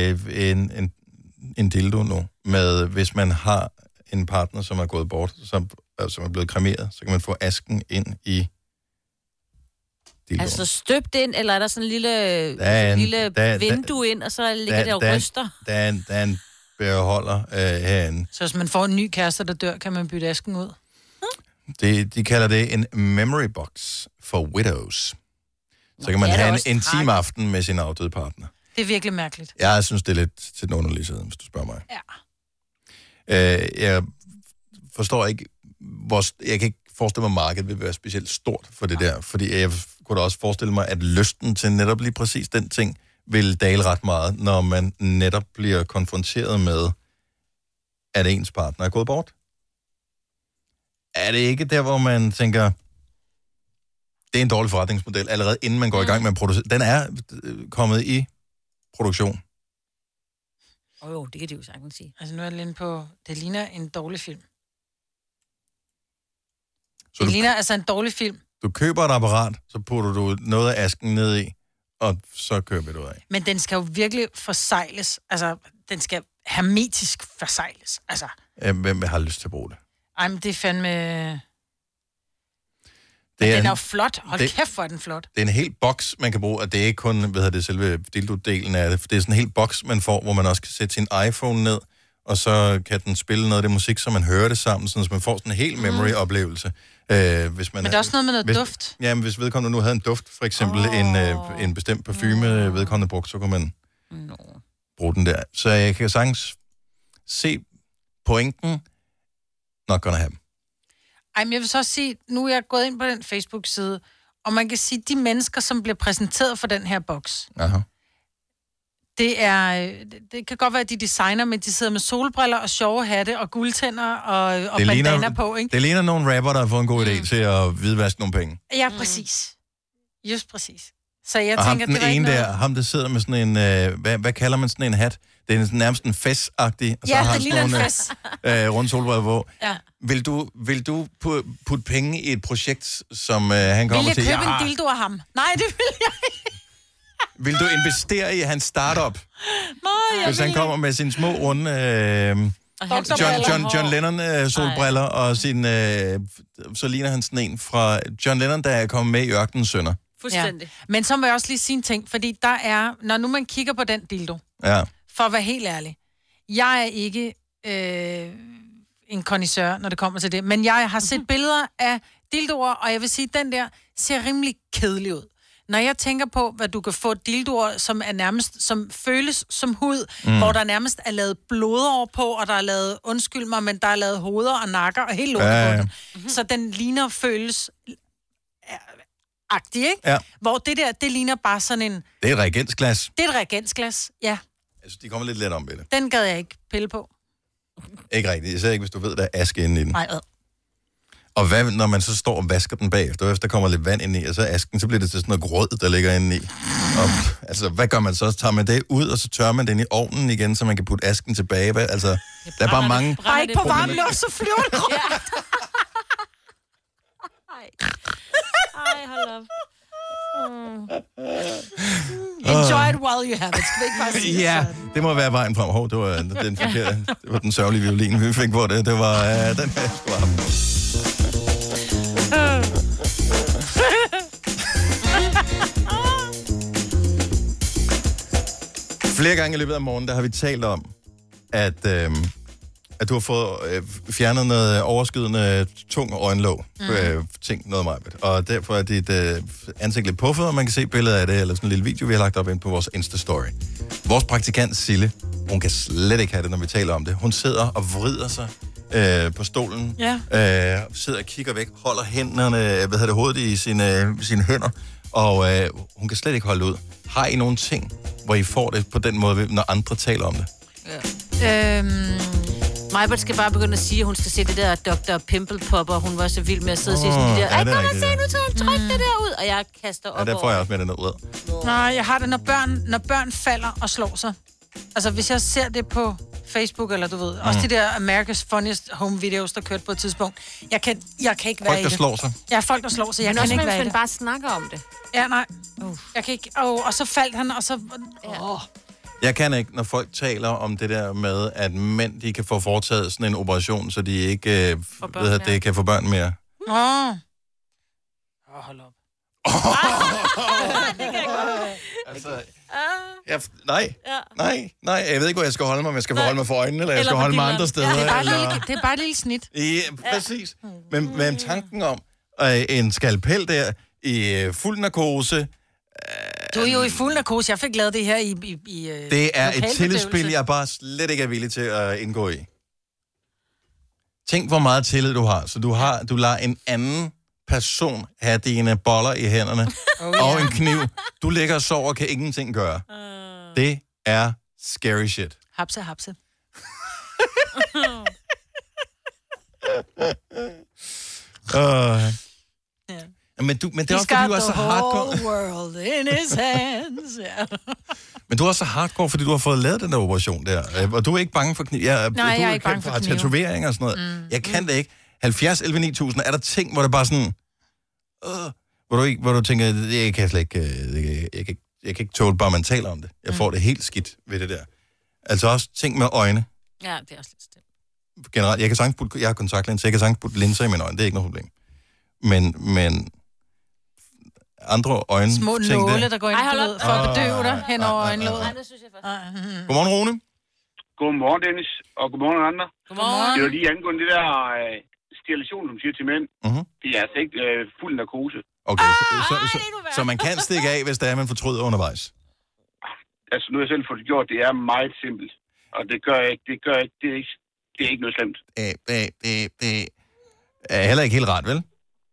en dildo nu, hvis man har en partner, som er gået bort, som er blevet kremeret, så kan man få asken ind i dildoen. Altså støbt ind, eller er der sådan en lille vindue ind, og så ligger der og ryster? Der er en beholder herinde. Så hvis man får en ny kæreste, der dør, kan man bytte asken ud? De kalder det en memory box for widows. Så kan man have en intim aften med sin afdøde partner. Det er virkelig mærkeligt. Jeg synes, det er lidt til den underlige side, hvis du spørger mig. Ja. Jeg forstår ikke, jeg kan ikke forestille mig, at markedet vil være specielt stort for det der, fordi jeg kunne da også forestille mig, at lysten til netop lige præcis den ting vil dale ret meget, når man netop bliver konfronteret med, at ens partner er gået bort. Er det ikke der, hvor man tænker, det er en dårlig forretningsmodel, allerede inden man går i gang med at producere? Den er kommet i produktion. Jo, det kan de jo sagtens sige. Altså nu er jeg lidt på, det ligner en dårlig film. Så det ligner altså en dårlig film. Du køber et apparat, så putter du noget af asken ned i, og så køber du af. Men den skal jo virkelig forsegles. Altså, den skal hermetisk forsegles. Altså. Hvem har lyst til at bruge det? Ej, men det er fandme... Den er jo flot. Hold kæft, hvor er den flot. Det er en hel boks, man kan bruge, og det er ikke kun selve dildo-delen af det. For det er sådan en hel boks, man får, hvor man også kan sætte sin iPhone ned, og så kan den spille noget af det musik, så man hører det sammen, så man får sådan en hel memory-oplevelse. Hvis man, men der er også noget med noget duft. Ja, men hvis vedkommende nu havde en duft, for eksempel en bestemt parfume, vedkommende brugt, så kunne man bruge den der. Så jeg kan sagtens se pointen, not gonna happen. Ej, men jeg vil så også sige, nu er jeg gået ind på den Facebook-side, og man kan sige, de mennesker, som bliver præsenteret for den her boks, det kan godt være, at de designer, men de sidder med solbriller og sjove hatte og guldtænder og bandana på, ikke? Det ligner nogle rapper, der har fået en god idé til at hvidvaske nogle penge. Ja, præcis. Just præcis. Så jeg og tænker, ham, det er ikke noget... ham, der sidder med sådan en, hvad kalder man sådan en hat? Det er nærmest en fes-agtig. Og så ja, har det ligner en fes. Rundt solbriller på. Ja. Vil du putte penge i et projekt, som han kommer til? Vil jeg købe en dildo af ham? Nej, det vil jeg ikke. Vil du investere i hans startup? Nej, hvis han kommer med sine små runde John Lennon solbriller og sin så ligner han sådan en fra John Lennon, der er kommet med i Ørkenens Sønner. Fuldstændig. Ja. Men så må jeg også lige sige en ting, fordi der er, når nu man kigger på den dildo, for at være helt ærlig, jeg er ikke en connoisseur, når det kommer til det, men jeg har set billeder af dildoer, og jeg vil sige, at den der ser rimelig kedelig ud. Når jeg tænker på, hvad du kan få dildoer, som er nærmest, som føles som hud, hvor der nærmest er lavet blodår på, og der er lavet, undskyld mig, men der er lavet hoveder og nakker og helt lort på den. Så den ligner føles agtig, ikke? Ja. Hvor det der, det ligner bare sådan en... Det er et reagensglas. Det er et reagensglas, ja. Altså, de kommer lidt let om ved det. Den gad jeg ikke pille på. Ikke rigtigt. Især ikke, hvis du ved, der er aske inde i den. Nej, Og hvad, når man så står og vasker den bagefter, og efter der kommer lidt vand ind i, og så asken, så bliver det til sådan noget grød, der ligger inde i. Og, altså, hvad gør man så? Så tager man det ud, og så tørrer man den i ovnen igen, så man kan putte asken tilbage. Altså, der er bare mange... Bare ikke på varm luft, så flyver det rundt. Ej, hold op. Enjoy it while you have it. Skal vi ikke bare sige ja, det må være vejen frem. Det var den forkerte. Det var den sørgelige violin, vi fik på det. Det var den her, jeg skulle have. Flere gange i løbet af morgenen, der har vi talt om, at du har fået fjernet noget overskydende tung øjenlåg. Ting noget meget. Og derfor er dit ansigt lidt puffet, og man kan se billeder af det, eller sådan en lille video, vi har lagt op ind på vores Insta-story. Vores praktikant Sille, hun kan slet ikke have det, når vi taler om det. Hun sidder og vrider sig på stolen, sidder og kigger væk, holder hænderne, hovedet i sine hænder, og hun kan slet ikke holde ud. Har I nogle ting, hvor I får det på den måde, når andre taler om det? Ja. Majbert skal bare begynde at sige, at hun skal se det der Dr. Pimple Popper. Hun var så vild med at sidde og se sådan de der. Ej, kom og se, nu tager han tryk det der ud. Og jeg kaster op over. Ja, der får jeg også med den ud. Nej, jeg har det, når børn falder og slår sig. Altså, hvis jeg ser det på Facebook, eller du ved, også de der America's Funniest Home Videos, der kørte på et tidspunkt. Jeg kan ikke være i det. Folk, der slår sig? Ja, folk, der slår sig. Jeg kan ikke være i det. bare snakker om det. Ja, nej. Jeg kan ikke. Og så faldt han, og så... Jeg kan ikke, når folk taler om det der med, at mænd, de kan få foretaget sådan en operation, så de ikke kan få børn mere. Hold op. Nej, jeg ved ikke, hvor jeg skal holde mig. Jeg skal forholde mig for øjnene, eller jeg skal holde mig andre steder. Det er bare et lille snit. Ja, præcis. Men tanken om en skalpel der i fuld narkose... Du er jo i fuld narkose. Jeg fik lavet det her i det er et tillidsspil, jeg bare slet ikke er villig til at indgå i. Tænk, hvor meget tillid du har. Så du lader en anden person have dine boller i hænderne og en kniv. Du ligger og sover og kan ingenting gøre. Det er scary shit. Hapse. Men det er også, fordi du er så hardcore. World in his hands. Yeah. Men du er også så hardcore, fordi du har fået lavet den der operation der. Og du er ikke bange for kniv. Nej, jeg er ikke bange for kniv. Tatoveringer og sådan noget. Jeg kan det ikke. 70, 11, 9000. Er der ting, hvor det bare sådan... hvor du tænker, jeg kan slet ikke... Jeg kan ikke tåle bare, man taler om det. Jeg får det helt skidt ved det der. Altså også ting med øjne. Ja, det er også lidt stemt. Generelt, jeg har kontaktlinser, jeg kan sagtens putte linser i mine øjne. Det er ikke noget problem. Men andre øjne... Små nåle, der går ind for at bedøve dig hen over øjenlåget. Godmorgen, Rune. Godmorgen, Dennis. Og godmorgen, andre. Godmorgen. Det var lige angående det der sterilisation, som siger til mænd. Det er altså ikke fuld narkose. Okay, så man kan stikke af, hvis der er, man fortryder undervejs? Altså, nu har jeg selv fået det gjort. Det er meget simpelt. Og det gør jeg ikke. Det er ikke noget slemt. Det er heller ikke helt rart, vel?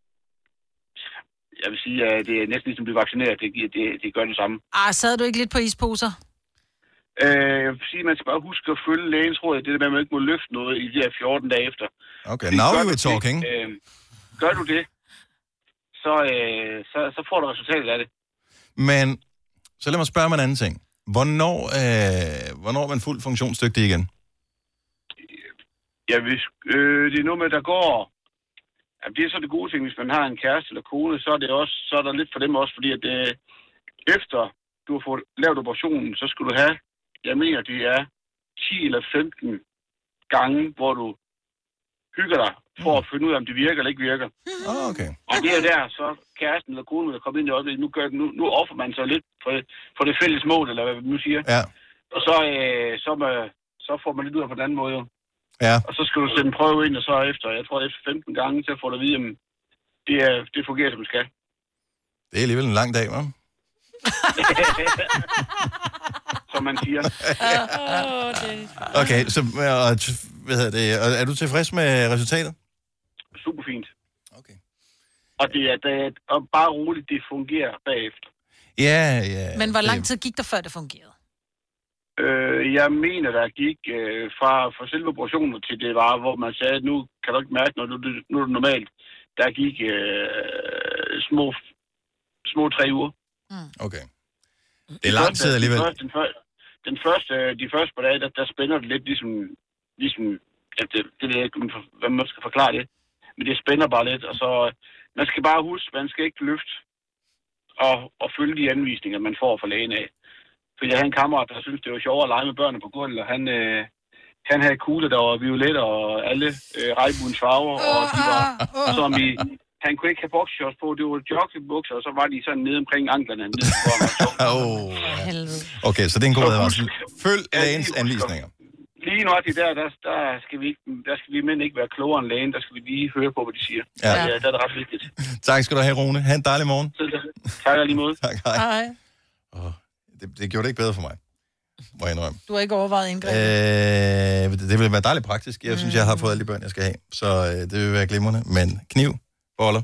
Jeg vil sige, at det er næsten ligesom at blive vaccineret. Det gør det samme. Sad du ikke lidt på isposer? Jeg vil sige, at man skal bare huske at følge lægens råd. Det der med, at man ikke må løfte noget i de her 14 dage efter. Okay, now we're talking. Gør du det, så får du resultatet af det. Men, så lad mig spørge mig en anden ting. Hvornår er man fuldt funktionsdygtig igen? Ja, det er noget med, der går... Ja, det er så det gode ting, hvis man har en kæreste eller kone, så er der lidt for dem også, fordi at efter du har fået lavet operationen, så skal du have, jeg mener, det er 10 eller 15 gange, hvor du hygger dig for at finde ud af, om det virker eller ikke virker. Okay. Og det er der, så kæresten eller konen vil komme ind i øjeblikket. Nu offer man sig lidt for det fælles mål, eller hvad vi nu siger. Ja. Og så får man lidt ud af på den anden måde, jo. Ja. Og så skal du sætte en prøve ind, og så efter 15 gange, så får du at vide, at det fungerer, som det skal. Det er alligevel en lang dag, hva'? Som man siger. Okay, så er du tilfreds med resultatet? Super fint. Okay. Og det er bare roligt, det fungerer bagefter. Ja. Men hvor lang tid gik der, før det fungerede? Jeg mener, der gik fra selve operationen til det var, hvor man sagde, at nu kan du ikke mærke, når nu er det normalt. Der gik små 3 uger. Okay. Det er lang tid alligevel. De første par dage, der spænder det lidt ligesom ja, det ved jeg ikke, hvad man skal forklare det. Men det spænder bare lidt, og så... Man skal bare huske, man skal ikke løfte og følge de anvisninger, man får fra lægen af. For jeg havde en kammerat, der syntes, det var sjovere at lege med børnene på gulvet, og han havde kugler, der var violetter og alle regnbuens farver, og de var som i... Han kunne ikke have boxshorts på, det var joggingbukser, og så var de sådan nede omkring anklerne. Okay, så det er en god advarsel. Følg lægens anvisninger. Lige nu der skal vi mænd ikke være klogere end lægen, der skal vi lige høre på, hvad de siger. Ja. Det er ret vigtigt. Tak skal du have, Rune. Ha' en dejlig morgen. Tak lige måde. Tak, hej. Det gjorde det ikke bedre for mig, må jeg indrømme. Du har ikke overvejet indgreb? Det ville være dejligt praktisk. Jeg synes, jeg har fået alle de børn, jeg skal have. Så det vil være glimrende. Men kniv, boller.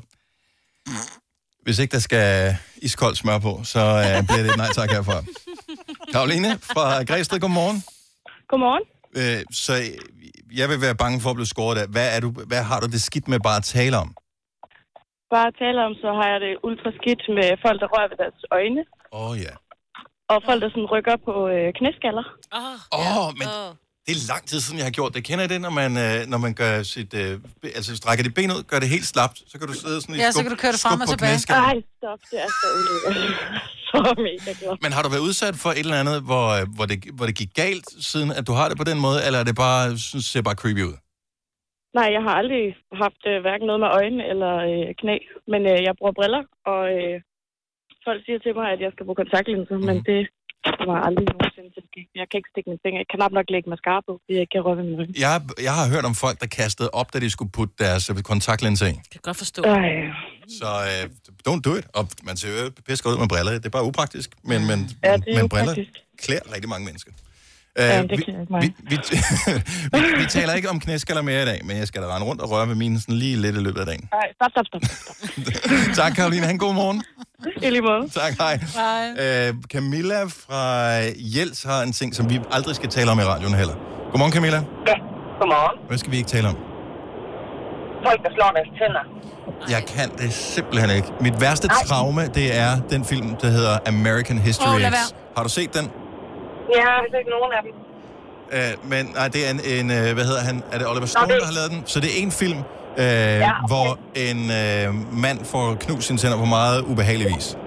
Hvis ikke der skal iskoldt smør på, så bliver det et nej tak herfra. Karoline fra Græsted, godmorgen. Godmorgen. Så jeg vil være bange for at blive skåret af. Hvad har du det skidt med bare at tale om? Bare at tale om, så har jeg det ultra skidt med folk, der rører ved deres øjne. Ja. Og folk, der sådan rykker på knæskaller. Men det er lang tid siden, jeg har gjort det. Kender I det, når man gør sit... strækker dit ben ud, gør det helt slapt, så kan du sidde sådan i så kan du køre det frem og tilbage. Ej, stop. Det er så ulækkert. Så mega glad. Men har du været udsat for et eller andet, hvor det gik galt, siden at du har det på den måde, eller er det bare, ser bare creepy ud? Nej, jeg har aldrig haft hverken noget med øjne eller knæ, men jeg bruger briller, og folk siger til mig, at jeg skal bruge kontaktlinser, men det var aldrig nogensinde til at ske. Jeg kan ikke stikke mine fingre. Jeg kan knap nok lægge mascara på, fordi jeg ikke kan røre ved mine øjne. Jeg har hørt om folk, der kastede op, da de skulle putte deres kontaktlinser i. Det kan godt forstå. Så don't do it. Og man ser jo pisse godt ud med briller. Det er bare upraktisk, men briller klæder rigtig mange mennesker. Det klæder ikke mig. Vi taler ikke om knæskaller mere i dag, men jeg skal da rende rundt og røre ved mine sådan lige lidt i løbet af dagen. Nej, stop. Tak, Karoline. Ha' en god morgen. I lige måde. Tak, hej. Camilla fra Jels har en ting, som vi aldrig skal tale om i radioen heller. Godmorgen, Camilla. Ja, godmorgen. Hvad skal vi ikke tale om? Folk, der slår deres tænder. Jeg kan det simpelthen ikke. Mit værste traume, det er den film, der hedder American History X. Har du set den? Ja, jeg har ikke nogen af dem. Men nej, det er en hvad hedder han? Er det Oliver Stone, der har lavet den? Så det er en film, hvor en mand får knust sine tænder på meget ubehagelig vis.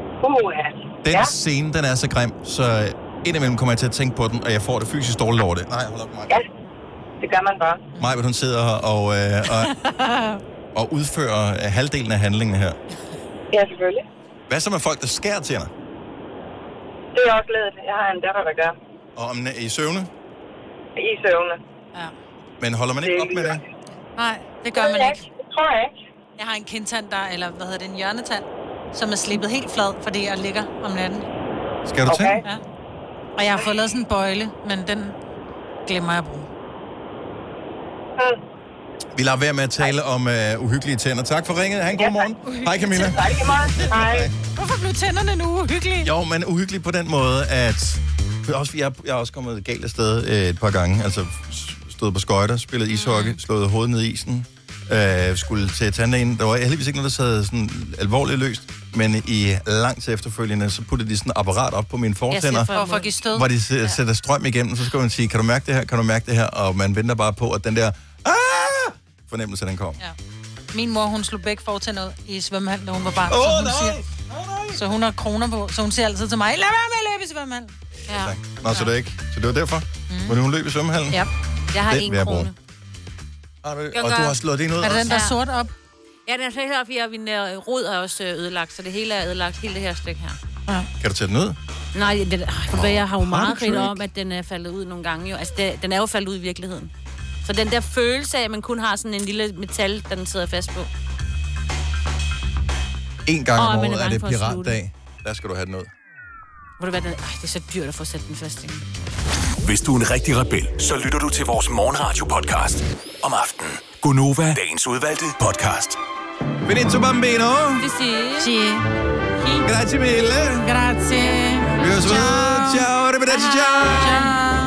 Den scene, den er så grim, så indimellem kommer jeg til at tænke på den, og jeg får det fysisk dårligt over det. Nej, hold op, Maja. Ja, det gør man bare. Maja, hun sidder her og udfører halvdelen af handlingen her. Ja, selvfølgelig. Hvad så med folk, der skærer tænder? Det er også ledet. Jeg har en datter, der gør. Og i søvne? I søvne. Ja. Men holder man ikke op med det? Nej, det gør man ikke. Det tror jeg ikke. Jeg har en kindtand, en hjørnetand, som er slippet helt flad, fordi jeg ligger om natten. Skal du til? Ja. Og jeg har fået lavet sådan en bøjle, men den glemmer jeg at bruge. Vi lader være med at tale om uhyggelige tænder. Tak for ringet. Ha' en god morgen. Hej, Camilla. Hej. Hvorfor blev tænderne nu uhyggelige? Jo, men uhyggelige på den måde, at... Jeg er også kommet galt af sted et par gange. Altså, stod på skøjter, spillede ishockey, slået hovedet ned i isen, skulle til tandlægen. Der var heldigvis ikke noget, der sad sådan alvorligt løst, men i lang tid efterfølgende, så puttede de sådan et apparat op på mine fortænder, hvor de sætter strøm igennem, så skal man sige, kan du mærke det her, kan du mærke det her? Og man venter bare på, at den der fornemmelse, den kom. Ja. Min mor, hun slog begge fortænder ud i svømmehallen, da hun var barn. Så hun har kroner på, så hun siger altid til mig, lad være med at løbe i svømmehallen. Ja. Nå, så det er ikke. Så det var derfor? Hvor hun løb i svømmehallen? Ja. Jeg har 1 krone. Og du har slået det ind ud? Er det den, der er sort op? Ja, den er slet op, fordi min rod er også ødelagt, så det hele er ødelagt, hele det her stykke her. Ja. Kan du tage den ud? Nej, jeg har jo meget kridt om, at den er faldet ud nogle gange. Jo. Altså, den er jo faldet ud i virkeligheden. Så den der følelse af, at man kun har sådan en lille metal, der den sidder fast på. En gang om året er det piratdag. Der skal du have den ud. Det er så dyrt at få sat den fast. Hvis du er en rigtig rebel, så lytter du til vores morgenradio-podcast om aftenen. Gonova, dagens udvalgte podcast. Benito Bambino. Sì. Grazie mille. Grazie. Vi høres ved. Ciao. Ciao.